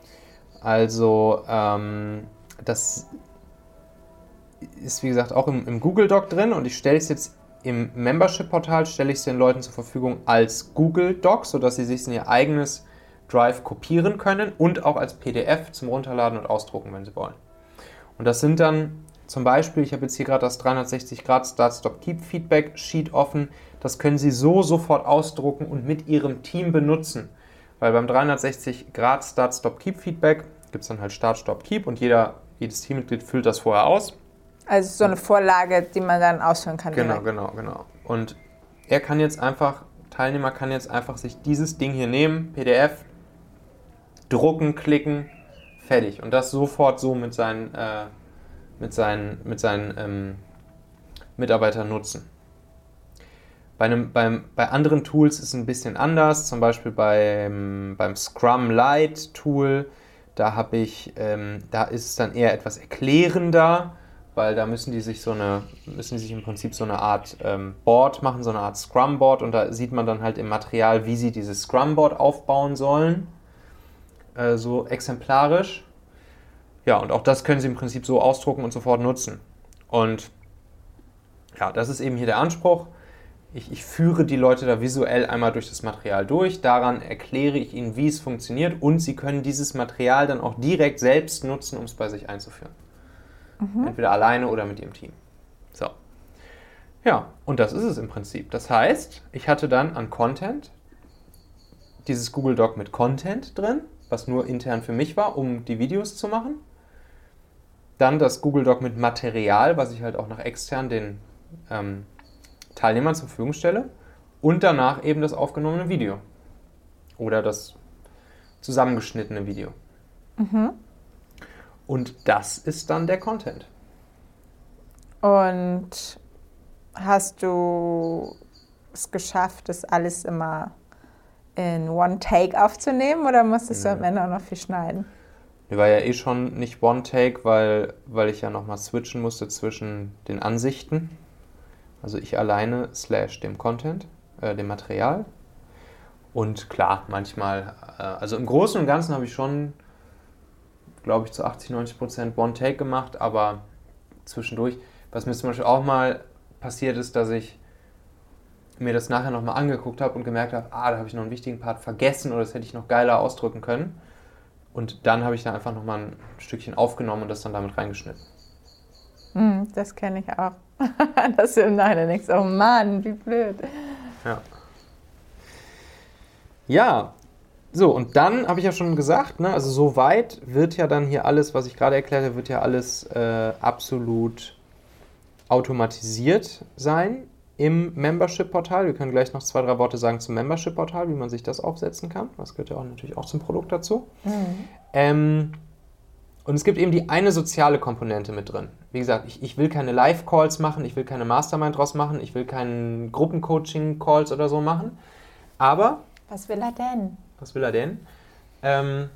Also ähm, das ist wie gesagt auch im, im Google Doc drin und ich stelle es jetzt im Membership-Portal, stelle ich es den Leuten zur Verfügung als Google Doc, sodass sie sich in ihr eigenes Drive kopieren können und auch als P D F zum Runterladen und Ausdrucken, wenn sie wollen. Und das sind dann zum Beispiel, ich habe jetzt hier gerade das dreihundertsechzig Grad Start-Stop-Keep-Feedback-Sheet offen, das können Sie so sofort ausdrucken und mit Ihrem Team benutzen. Weil beim dreihundertsechzig Grad Start-Stop-Keep-Feedback gibt es dann halt Start-Stop-Keep und jeder, jedes Teammitglied füllt das vorher aus. Also so eine Vorlage, die man dann ausführen kann. Genau, direkt. genau, genau. Und er kann jetzt einfach, Teilnehmer kann jetzt einfach sich dieses Ding hier nehmen, P D F, drucken, klicken, fertig. Und das sofort so mit seinen, äh, mit seinen, mit seinen ähm, Mitarbeitern nutzen. Bei, einem, beim, bei anderen Tools ist es ein bisschen anders, zum Beispiel beim, beim Scrum Lite Tool, da habe ich, ähm, da ist es dann eher etwas erklärender, weil da müssen die sich so eine, müssen die sich im Prinzip so eine Art ähm, Board machen, so eine Art Scrum Board und da sieht man dann halt im Material, wie sie dieses Scrum Board aufbauen sollen, äh, so exemplarisch. Ja, und auch das können sie im Prinzip so ausdrucken und sofort nutzen. Und ja, das ist eben hier der Anspruch. Ich, ich führe die Leute da visuell einmal durch das Material durch, daran erkläre ich ihnen, wie es funktioniert und sie können dieses Material dann auch direkt selbst nutzen, um es bei sich einzuführen. Mhm. Entweder alleine oder mit ihrem Team. So. Ja, und das ist es im Prinzip. Das heißt, ich hatte dann an Content dieses Google Doc mit Content drin, was nur intern für mich war, um die Videos zu machen. Dann das Google Doc mit Material, was ich halt auch nach extern den ähm, Teilnehmern zur Verfügung stelle. Und danach eben das aufgenommene Video. Oder das zusammengeschnittene Video. Mhm. Und das ist dann der Content. Und hast du es geschafft, das alles immer in One Take aufzunehmen oder musstest du am Ende auch noch viel schneiden? War ja eh schon nicht One Take, weil, weil ich ja nochmal switchen musste zwischen den Ansichten. Also ich alleine slash dem Content, äh, dem Material. Und klar, manchmal, äh, also im Großen und Ganzen habe ich schon, glaube ich, zu achtzig, neunzig Prozent One Take gemacht, aber zwischendurch, was mir zum Beispiel auch mal passiert ist, dass ich mir das nachher nochmal angeguckt habe und gemerkt habe, ah, da habe ich noch einen wichtigen Part vergessen oder das hätte ich noch geiler ausdrücken können. Und dann habe ich da einfach nochmal ein Stückchen aufgenommen und das dann damit reingeschnitten. Mm, das kenne ich auch. Dass du im Nachhinein denkst, oh Mann, wie blöd. Ja. Ja, so und dann habe ich ja schon gesagt, ne, also soweit wird ja dann hier alles, was ich gerade erklärt habe, wird ja alles äh, absolut automatisiert sein im Membership-Portal. Wir können gleich noch zwei, drei Worte sagen zum Membership-Portal, wie man sich das aufsetzen kann. Das gehört ja auch natürlich auch zum Produkt dazu. Mhm. Ähm, und es gibt eben die eine soziale Komponente mit drin. Wie gesagt, ich, ich will keine Live-Calls machen, ich will keine Mastermind draus machen, ich will keinen Gruppencoaching-Calls oder so machen. Aber... Was will er denn? Was will er denn? Ähm,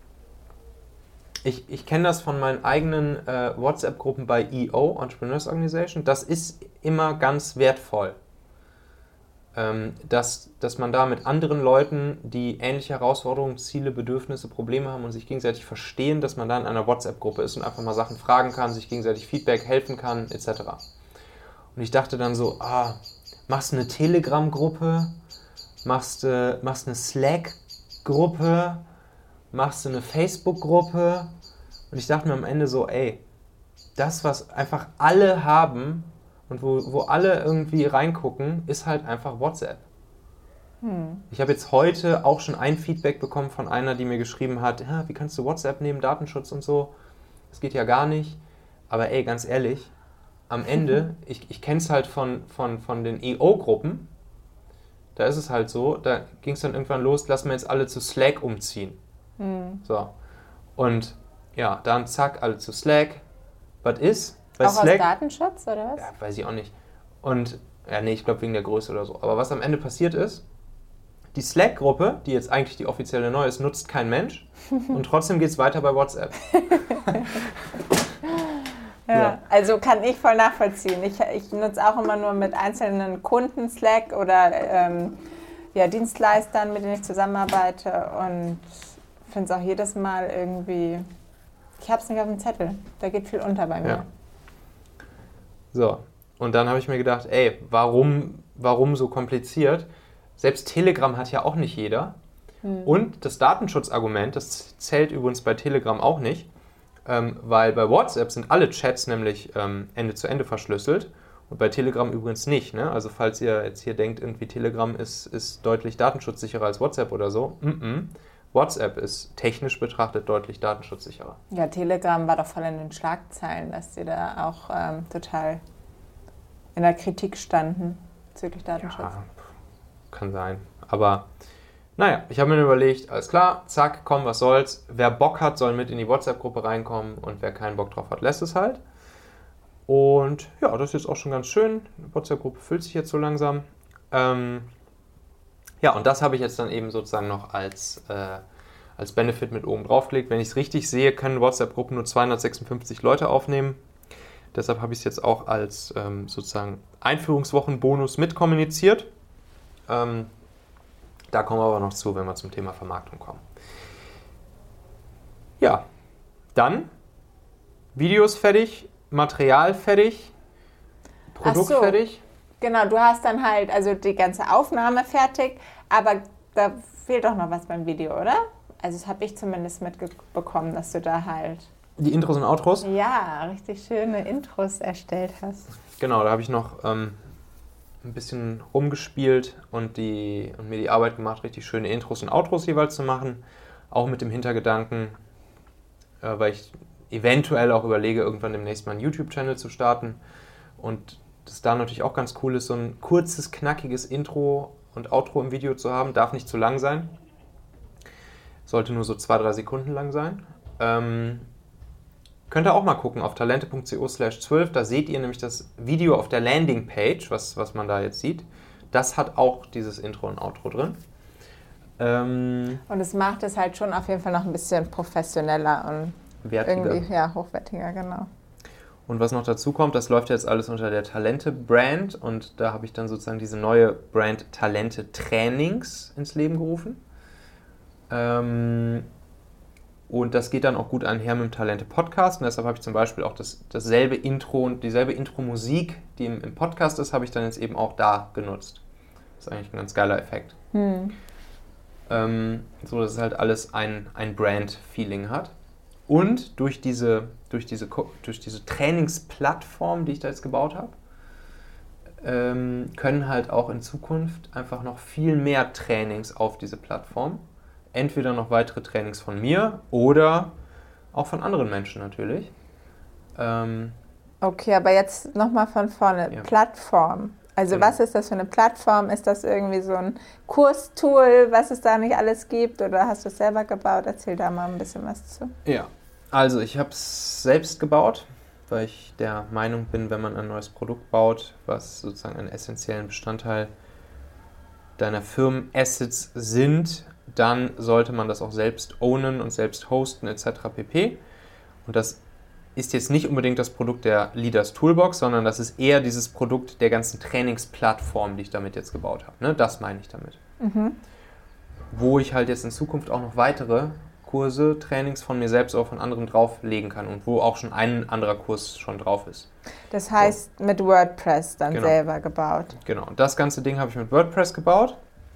ich ich kenne das von meinen eigenen äh, WhatsApp-Gruppen bei E O, Entrepreneurs Organization. Das ist immer ganz wertvoll, ähm, dass, dass man da mit anderen Leuten, die ähnliche Herausforderungen, Ziele, Bedürfnisse, Probleme haben und sich gegenseitig verstehen, dass man da in einer WhatsApp-Gruppe ist und einfach mal Sachen fragen kann, sich gegenseitig Feedback helfen kann, et cetera. Und ich dachte dann so, ah, machst eine Telegram-Gruppe, machst, äh, machst eine Slack-Gruppe, machst du eine Facebook-Gruppe. Und ich dachte mir am Ende so, ey, das, was einfach alle haben und wo, wo alle irgendwie reingucken, ist halt einfach WhatsApp. Hm. Ich habe jetzt heute auch schon ein Feedback bekommen von einer, die mir geschrieben hat, ja, wie kannst du WhatsApp nehmen, Datenschutz und so? Das geht ja gar nicht. Aber ey, ganz ehrlich, am Ende, ich, ich kenne es halt von, von, von den E O-Gruppen, da ist es halt so, da ging es dann irgendwann los, lassen wir jetzt alle zu Slack umziehen. Hm. So. Und ja, dann zack, alle zu Slack. Was ist? Bei auch Slack, aus Datenschutz, oder was? Ja, weiß ich auch nicht. Und, ja, nee, ich glaube wegen der Größe oder so. Aber was am Ende passiert ist, die Slack-Gruppe, die jetzt eigentlich die offizielle neue ist, nutzt kein Mensch. Und trotzdem geht es weiter bei WhatsApp. ja, ja, also kann ich voll nachvollziehen. Ich, ich nutze auch immer nur mit einzelnen Kunden Slack oder ähm, ja, Dienstleistern, mit denen ich zusammenarbeite. Und finde es auch jedes Mal irgendwie... Ich habe es nicht auf dem Zettel. Da geht viel unter bei mir. Ja. So, und dann habe ich mir gedacht, ey, warum, warum so kompliziert? Selbst Telegram hat ja auch nicht jeder. Hm. Und das Datenschutzargument, das zählt übrigens bei Telegram auch nicht, ähm, weil bei WhatsApp sind alle Chats nämlich ähm, Ende zu Ende verschlüsselt und bei Telegram übrigens nicht. Ne? Also falls ihr jetzt hier denkt, irgendwie Telegram ist, ist deutlich datenschutzsicherer als WhatsApp oder so, mm-mm. WhatsApp ist technisch betrachtet deutlich datenschutzsicherer. Ja, Telegram war doch voll in den Schlagzeilen, dass die da auch ähm, total in der Kritik standen bezüglich Datenschutz. Ja, kann sein. Aber naja, ich habe mir überlegt, alles klar, zack, komm, was soll's. Wer Bock hat, soll mit in die WhatsApp-Gruppe reinkommen und wer keinen Bock drauf hat, lässt es halt. Und ja, das ist jetzt auch schon ganz schön. Die WhatsApp-Gruppe füllt sich jetzt so langsam. Ähm, Ja, und das habe ich jetzt dann eben sozusagen noch als, äh, als Benefit mit oben draufgelegt. Wenn ich es richtig sehe, können WhatsApp-Gruppen nur zweihundertsechsundfünfzig Leute aufnehmen. Deshalb habe ich es jetzt auch als ähm, sozusagen Einführungswochenbonus mitkommuniziert. Ähm, da kommen wir aber noch zu, wenn wir zum Thema Vermarktung kommen. Ja, dann Videos fertig, Material fertig, Produkt Ach so. fertig. Genau, du hast dann halt also die ganze Aufnahme fertig, aber da fehlt doch noch was beim Video, oder? Also das habe ich zumindest mitbekommen, dass du da halt... Die Intros und Outros? Ja, richtig schöne Intros erstellt hast. Genau, da habe ich noch ähm, ein bisschen rumgespielt und, die, und mir die Arbeit gemacht, richtig schöne Intros und Outros jeweils zu machen. Auch mit dem Hintergedanken, äh, weil ich eventuell auch überlege, irgendwann demnächst mal einen YouTube-Channel zu starten. Und das da natürlich auch ganz cool ist, so ein kurzes, knackiges Intro und Outro im Video zu haben. Darf nicht zu lang sein. Sollte nur so zwei, drei Sekunden lang sein. Ähm, könnt ihr auch mal gucken auf talente punkt co slash zwölf. Da seht ihr nämlich das Video auf der Landingpage, was, was man da jetzt sieht. Das hat auch dieses Intro und Outro drin. Ähm, und es macht es halt schon auf jeden Fall noch ein bisschen professioneller und wertiger. Irgendwie, ja, hochwertiger, genau. Und was noch dazu kommt, das läuft jetzt alles unter der Talente-Brand und da habe ich dann sozusagen diese neue Brand Talente Trainings ins Leben gerufen. Ähm, und das geht dann auch gut einher mit dem Talente-Podcast und deshalb habe ich zum Beispiel auch das, dasselbe Intro und dieselbe Intro-Musik, die im, im Podcast ist, habe ich dann jetzt eben auch da genutzt. Das ist eigentlich ein ganz geiler Effekt. Hm. Ähm, so, dass es halt alles ein, ein Brand-Feeling hat. Und durch diese, durch diese, durch diese Trainingsplattform, die ich da jetzt gebaut habe, ähm, können halt auch in Zukunft einfach noch viel mehr Trainings auf diese Plattform. Entweder noch weitere Trainings von mir oder auch von anderen Menschen natürlich. Ähm, okay, aber jetzt nochmal von vorne. Ja. Plattform. Also genau. Was ist das für eine Plattform? Ist das irgendwie so ein Kurstool, was es da nicht alles gibt? Oder hast du es selber gebaut? Erzähl da mal ein bisschen was zu. Ja, also ich habe es selbst gebaut, weil ich der Meinung bin, wenn man ein neues Produkt baut, was sozusagen einen essentiellen Bestandteil deiner Firmenassets sind, dann sollte man das auch selbst ownen und selbst hosten et cetera pp. Und das ist jetzt nicht unbedingt das Produkt der Leaders Toolbox, sondern das ist eher dieses Produkt der ganzen Trainingsplattform, die ich damit jetzt gebaut habe. Ne? Das meine ich damit. Mhm. Wo ich halt jetzt in Zukunft auch noch weitere Kurse, Trainings von mir selbst oder von anderen drauflegen kann und wo auch schon ein anderer Kurs schon drauf ist. Das heißt, so. Mit WordPress dann genau. selber gebaut. Genau, und das ganze Ding habe ich mit WordPress gebaut.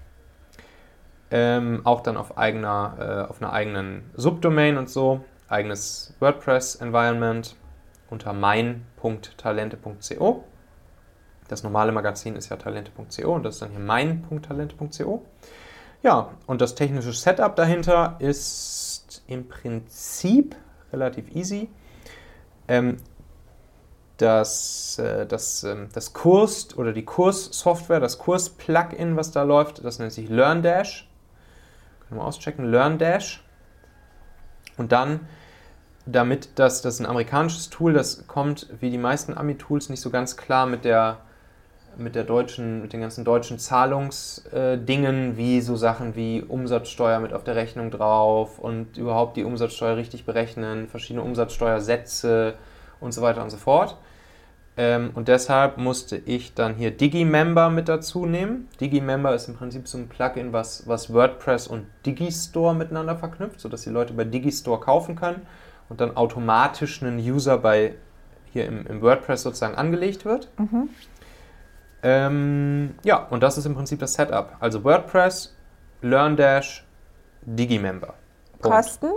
Ähm, auch dann auf, eigener, äh, auf einer eigenen Subdomain und so. Eigenes WordPress-Environment unter mein punkt talente punkt co. Das normale Magazin ist ja talente punkt co und das ist dann hier mein punkt talente punkt co. Ja, und das technische Setup dahinter ist im Prinzip relativ easy. Ähm, das, äh, das, äh, das Kurs oder die Kurssoftware, das Kurs-Plugin, was da läuft, das nennt sich LearnDash. Können wir auschecken, LearnDash. Und dann, damit das, das ist ein amerikanisches Tool, das kommt wie die meisten Ami-Tools nicht so ganz klar mit der mit der deutschen, mit den ganzen deutschen Zahlungsdingen, wie so Sachen wie Umsatzsteuer mit auf der Rechnung drauf und überhaupt die Umsatzsteuer richtig berechnen, verschiedene Umsatzsteuersätze und so weiter und so fort. Ähm, und deshalb musste ich dann hier Digimember mit dazu nehmen. Digimember ist im Prinzip so ein Plugin, was, was WordPress und Digistore miteinander verknüpft, sodass die Leute bei Digistore kaufen können und dann automatisch ein User bei hier im, im WordPress sozusagen angelegt wird. Mhm. Ähm, ja, und das ist im Prinzip das Setup. Also WordPress, LearnDash, Digimember. Punkt. Kosten?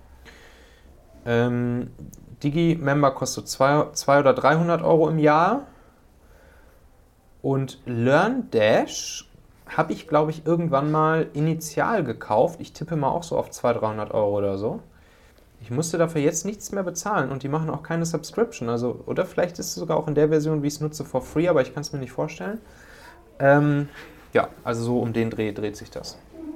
Ähm, Digimember kostet zweihundert oder dreihundert Euro im Jahr. Und LearnDash habe ich, glaube ich, irgendwann mal initial gekauft. Ich tippe mal auch so auf zweihundert, dreihundert Euro oder so. Ich musste dafür jetzt nichts mehr bezahlen und die machen auch keine Subscription. Also, oder vielleicht ist es sogar auch in der Version, wie ich es nutze, for free, aber ich kann es mir nicht vorstellen. Ähm, ja, also so um den Dreh dreht sich das.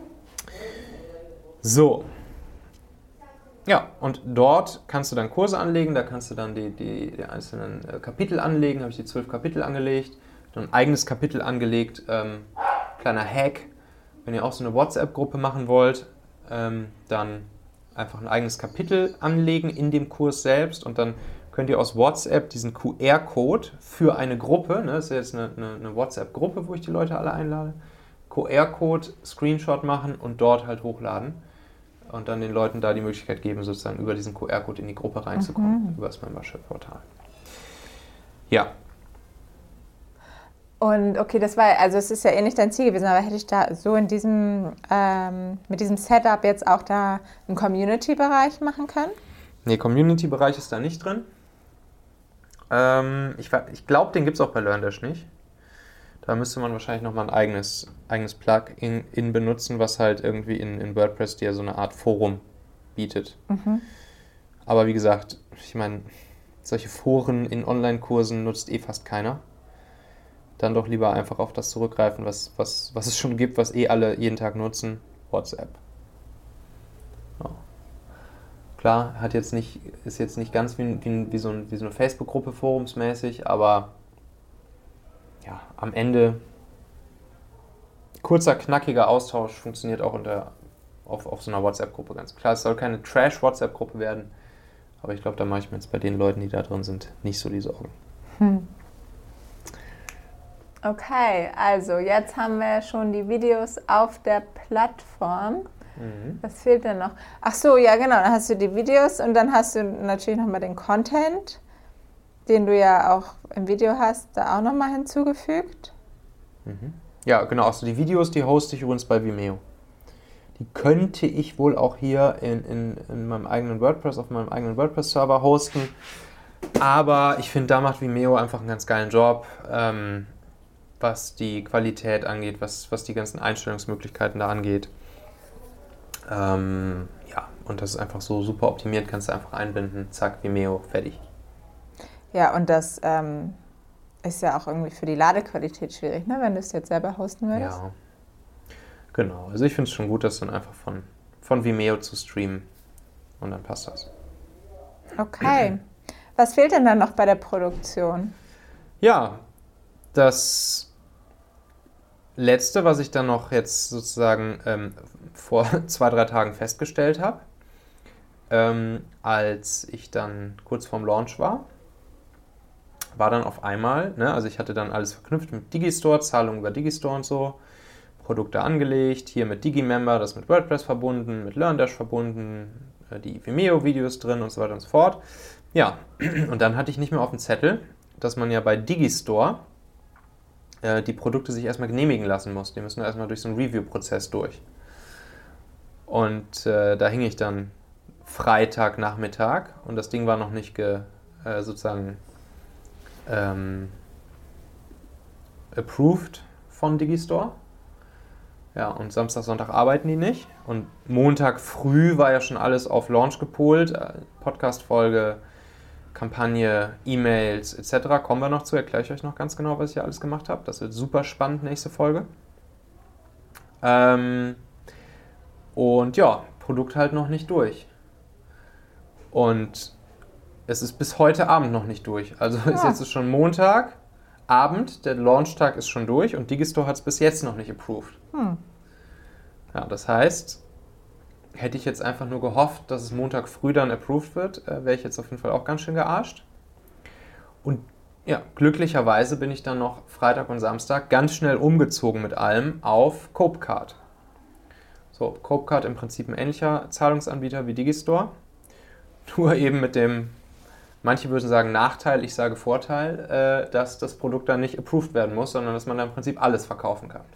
So. Ja, und dort kannst du dann Kurse anlegen, da kannst du dann die, die, die einzelnen äh, Kapitel anlegen. Habe ich die zwölf Kapitel angelegt, dann ein eigenes Kapitel angelegt. Ähm, kleiner Hack, wenn ihr auch so eine WhatsApp-Gruppe machen wollt, ähm, dann einfach ein eigenes Kapitel anlegen in dem Kurs selbst und dann könnt ihr aus WhatsApp diesen Q R-Code für eine Gruppe, ne, das ist jetzt eine, eine, eine WhatsApp-Gruppe, wo ich die Leute alle einlade, Q R-Code, Screenshot machen und dort halt hochladen und dann den Leuten da die Möglichkeit geben, sozusagen über diesen Q R-Code in die Gruppe reinzukommen, mhm. über das Membership-Portal. Ja. Und okay, das war, also es ist ja eh nicht dein Ziel gewesen, aber hätte ich da so in diesem, ähm, mit diesem Setup jetzt auch da einen Community-Bereich machen können? Nee, Community-Bereich ist da nicht drin. Ähm, ich ich glaube, den gibt es auch bei LearnDash nicht. Da müsste man wahrscheinlich nochmal ein eigenes, eigenes Plugin in benutzen, was halt irgendwie in, in WordPress dir so eine Art Forum bietet. Mhm. Aber wie gesagt, ich meine, solche Foren in Online-Kursen nutzt eh fast keiner. Dann doch lieber einfach auf das zurückgreifen, was, was, was es schon gibt, was eh alle jeden Tag nutzen, WhatsApp. Ja. Klar, hat jetzt nicht, ist jetzt nicht ganz wie, wie, wie, so, ein, wie so eine Facebook-Gruppe forumsmäßig, aber ja, am Ende kurzer, knackiger Austausch funktioniert auch unter, auf, auf so einer WhatsApp-Gruppe ganz klar. Es soll keine Trash-WhatsApp-Gruppe werden, aber ich glaube, da mache ich mir jetzt bei den Leuten, die da drin sind, nicht so die Sorgen. Hm. Okay, also jetzt haben wir schon die Videos auf der Plattform. Mhm. Was fehlt denn noch? Ach so, ja genau, dann hast du die Videos und dann hast du natürlich nochmal den Content, den du ja auch im Video hast, da auch nochmal hinzugefügt. Mhm. Ja, genau, also die Videos, die hoste ich übrigens bei Vimeo. Die könnte ich wohl auch hier in, in, in meinem eigenen WordPress, auf meinem eigenen WordPress-Server hosten, aber ich finde, da macht Vimeo einfach einen ganz geilen Job. Ähm, was die Qualität angeht, was, was die ganzen Einstellungsmöglichkeiten da angeht. Ähm, ja, und das ist einfach so super optimiert, kannst du einfach einbinden, zack, Vimeo, fertig. Ja, und das ähm, ist ja auch irgendwie für die Ladequalität schwierig, ne, wenn du es jetzt selber hosten würdest. Ja, genau. Also ich finde es schon gut, das dann einfach von, von Vimeo zu streamen und dann passt das. Okay. Was fehlt denn dann noch bei der Produktion? Ja, das Letzte, was ich dann noch jetzt sozusagen ähm, vor zwei, drei Tagen festgestellt habe, ähm, als ich dann kurz vorm Launch war, war dann auf einmal, ne, also ich hatte dann alles verknüpft mit Digistore, Zahlungen über Digistore und so, Produkte angelegt, hier mit Digimember, das mit WordPress verbunden, mit LearnDash verbunden, die Vimeo-Videos drin und so weiter und so fort. Ja, und dann hatte ich nicht mehr auf dem Zettel, dass man ja bei Digistore äh, die Produkte sich erstmal genehmigen lassen muss. Die müssen erstmal durch so einen Review-Prozess durch. Und äh, da hing ich dann Freitagnachmittag und das Ding war noch nicht ge, äh, sozusagen ähm, approved von Digistore. Ja, und Samstag, Sonntag arbeiten die nicht. Und Montag früh war ja schon alles auf Launch gepolt. Podcast-Folge, Kampagne, E-Mails et cetera. Kommen wir noch zu, erkläre ich euch noch ganz genau, was ich hier alles gemacht habe. Das wird super spannend, nächste Folge. Ähm, und ja, Produkt halt noch nicht durch. Und es ist bis heute Abend noch nicht durch. Also ja. ist jetzt schon Montag. Abend, der Launchtag ist schon durch und Digistore hat es bis jetzt noch nicht approved. Hm. Ja, das heißt, hätte ich jetzt einfach nur gehofft, dass es Montag früh dann approved wird, äh, wäre ich jetzt auf jeden Fall auch ganz schön gearscht. Und ja, glücklicherweise bin ich dann noch Freitag und Samstag ganz schnell umgezogen mit allem auf Copecard. So, Copecard im Prinzip ein ähnlicher Zahlungsanbieter wie Digistore, nur eben mit dem, manche würden sagen Nachteil, ich sage Vorteil, äh, dass das Produkt dann nicht approved werden muss, sondern dass man dann im Prinzip alles verkaufen kann.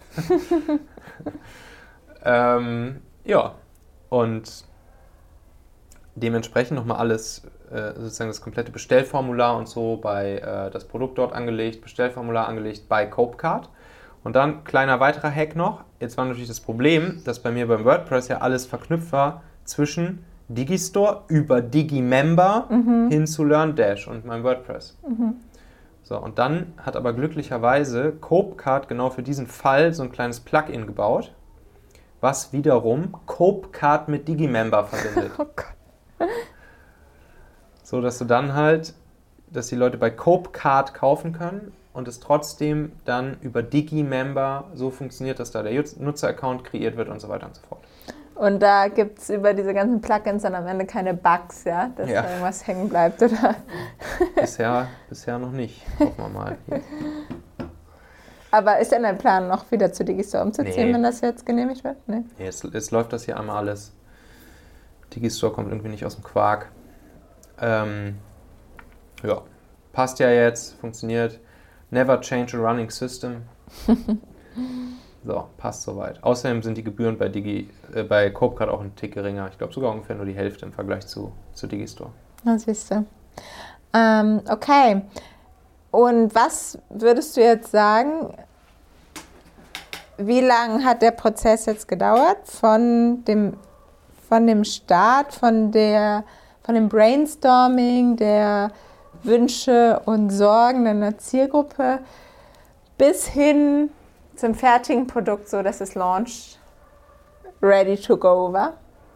ähm, ja, und dementsprechend nochmal alles, äh, sozusagen das komplette Bestellformular und so bei äh, das Produkt dort angelegt, Bestellformular angelegt bei Copecard. Und dann, kleiner weiterer Hack noch, jetzt war natürlich das Problem, dass bei mir beim WordPress ja alles verknüpft war zwischen Digistore über Digimember mhm. hin zu LearnDash und meinem WordPress. Mhm. So, und dann hat aber glücklicherweise Copecard genau für diesen Fall so ein kleines Plugin gebaut, was wiederum Copecard mit Digimember verbindet. Oh Gott. So, dass du dann halt, dass die Leute bei Copecard kaufen können und es trotzdem dann über Digimember so funktioniert, dass da der Nutzeraccount kreiert wird und so weiter und so fort. Und da gibt es über diese ganzen Plugins dann am Ende keine Bugs, ja? Dass ja. da irgendwas hängen bleibt, oder? Bisher, bisher noch nicht. Gucken wir mal. Hier. Aber ist denn dein Plan, noch wieder zu Digistore umzuziehen, nee. wenn das jetzt genehmigt wird? Nee, nee jetzt, jetzt läuft das hier einmal alles. Digistore kommt irgendwie nicht aus dem Quark. Ähm, ja, passt ja jetzt, funktioniert. Never change a running system. So, passt soweit. Außerdem sind die Gebühren bei, Digi, äh, bei Copecard auch ein Tick geringer. Ich glaube sogar ungefähr nur die Hälfte im Vergleich zu, zu Digistore. Das siehst du. Ähm, okay. Und was würdest du jetzt sagen, wie lange hat der Prozess jetzt gedauert von dem, von dem Start, von, der, von dem Brainstorming der Wünsche und Sorgen deiner Zielgruppe bis hin zum fertigen Produkt, so dass es launch ready to go war?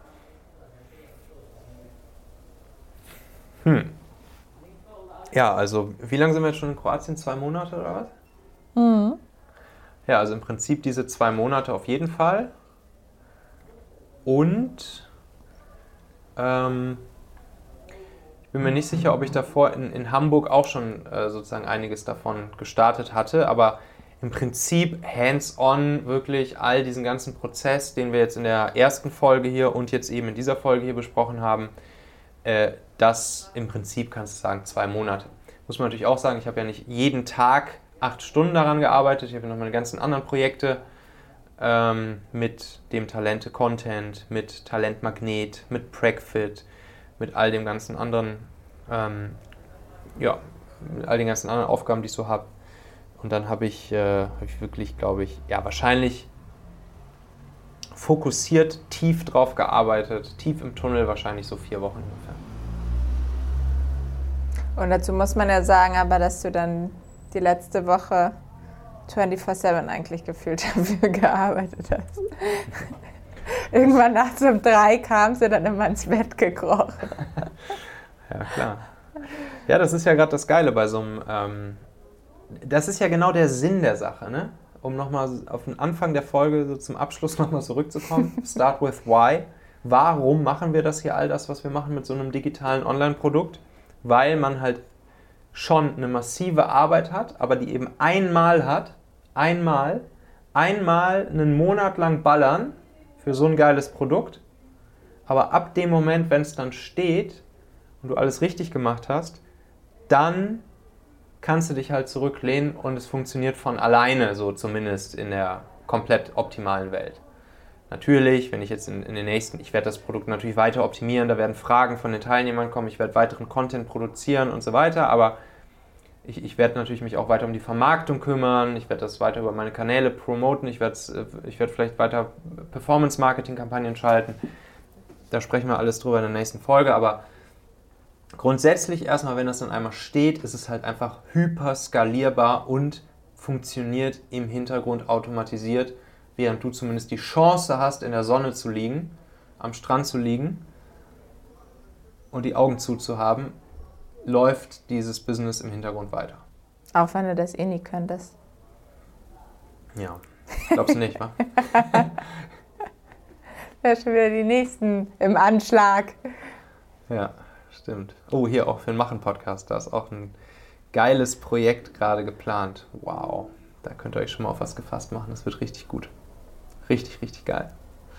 Hm. Ja, also wie lange sind wir jetzt schon in Kroatien? Zwei Monate oder was? Mhm. Ja, also im Prinzip diese zwei Monate auf jeden Fall. Und ähm, ich bin mir nicht sicher, ob ich davor in, in Hamburg auch schon äh, sozusagen einiges davon gestartet hatte, aber im Prinzip hands-on wirklich all diesen ganzen Prozess, den wir jetzt in der ersten Folge hier und jetzt eben in dieser Folge hier besprochen haben, äh, das im Prinzip, kannst du sagen, zwei Monate. Muss man natürlich auch sagen, ich habe ja nicht jeden Tag acht Stunden daran gearbeitet, ich habe ja noch meine ganzen anderen Projekte ähm, mit dem Talente-Content, mit Talentmagnet, mit Pragfit, mit all dem ganzen anderen, ähm, ja, mit all den ganzen anderen Aufgaben, die ich so habe. Und dann habe ich, äh, hab ich wirklich, glaube ich, ja, wahrscheinlich fokussiert, tief drauf gearbeitet, tief im Tunnel, wahrscheinlich so vier Wochen ungefähr. Und dazu muss man ja sagen, aber dass du dann die letzte Woche vierundzwanzig sieben eigentlich gefühlt dafür gearbeitet hast. Irgendwann nachts um drei kamst du dann immer ins Bett gekrochen. Ja, klar. Ja, das ist ja gerade das Geile bei so einem... Ähm, das ist ja genau der Sinn der Sache, ne? Um nochmal auf den Anfang der Folge so zum Abschluss nochmal zurückzukommen. Start with why. Warum machen wir das hier all das, was wir machen mit so einem digitalen Online-Produkt? Weil man halt schon eine massive Arbeit hat, aber die eben einmal hat, einmal einmal einen Monat lang ballern für so ein geiles Produkt, aber ab dem Moment, wenn es dann steht und du alles richtig gemacht hast, dann kannst du dich halt zurücklehnen und es funktioniert von alleine, so zumindest in der komplett optimalen Welt. Natürlich, wenn ich jetzt in, in den nächsten, ich werde das Produkt natürlich weiter optimieren, da werden Fragen von den Teilnehmern kommen, ich werde weiteren Content produzieren und so weiter, aber ich, ich werde natürlich mich auch weiter um die Vermarktung kümmern, ich werde das weiter über meine Kanäle promoten, ich werde, ich werde vielleicht weiter Performance-Marketing-Kampagnen schalten, da sprechen wir alles drüber in der nächsten Folge, aber grundsätzlich erstmal, wenn das dann einmal steht, ist es halt einfach hyper skalierbar und funktioniert im Hintergrund automatisiert, während du zumindest die Chance hast, in der Sonne zu liegen, am Strand zu liegen und die Augen zuzuhaben, läuft dieses Business im Hintergrund weiter. Auch wenn du das eh nie könntest. Ja, glaubst du nicht, wa? Ja, schon wieder die Nächsten im Anschlag. Ja, stimmt. Oh, hier auch für den Machen-Podcast, da ist auch ein geiles Projekt gerade geplant. Wow, da könnt ihr euch schon mal auf was gefasst machen, das wird richtig gut. Richtig, richtig geil.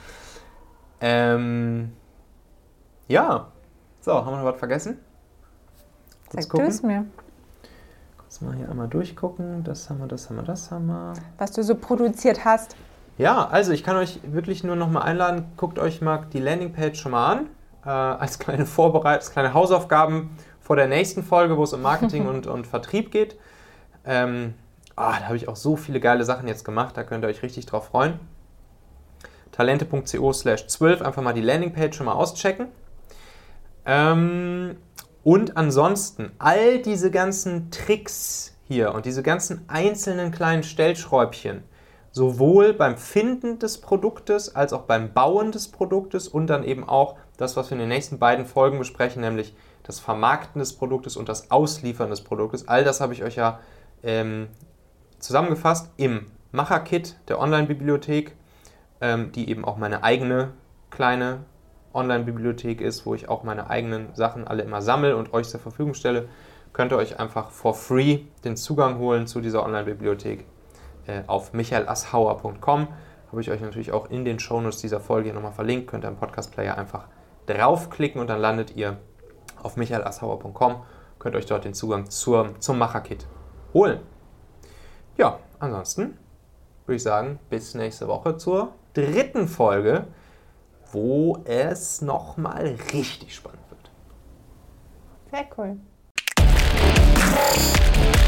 Ähm, ja, so, haben wir noch was vergessen? Kurz Sag du es mir. Kurz mal hier einmal durchgucken. Das haben wir, das haben wir, das haben wir. Was du so produziert hast. Ja, also ich kann euch wirklich nur noch mal einladen, guckt euch mal die Landingpage schon mal an, äh, als kleine Vorbereitung, als kleine Hausaufgaben vor der nächsten Folge, wo es um Marketing und, und Vertrieb geht. Ähm, oh, da habe ich auch so viele geile Sachen jetzt gemacht, da könnt ihr euch richtig drauf freuen. talente.co slash zwölf, einfach mal die Landingpage schon mal auschecken. Ähm, und ansonsten, all diese ganzen Tricks hier und diese ganzen einzelnen kleinen Stellschräubchen, sowohl beim Finden des Produktes als auch beim Bauen des Produktes und dann eben auch das, was wir in den nächsten beiden Folgen besprechen, nämlich das Vermarkten des Produktes und das Ausliefern des Produktes. All das habe ich euch ja ähm, zusammengefasst im Macher-Kit der Online-Bibliothek, ähm, die eben auch meine eigene kleine Online-Bibliothek ist, wo ich auch meine eigenen Sachen alle immer sammle und euch zur Verfügung stelle. Könnt ihr euch einfach for free den Zugang holen zu dieser Online-Bibliothek äh, auf michael asshauer punkt com. Habe ich euch natürlich auch in den Shownotes dieser Folge hier nochmal verlinkt. Könnt ihr im Podcast-Player einfach draufklicken und dann landet ihr auf michael asshauer punkt com. Könnt euch dort den Zugang zur, zum Macher-Kit holen. Ja, ansonsten würde ich sagen, bis nächste Woche zur dritten Folge, wo es nochmal richtig spannend wird. Sehr cool.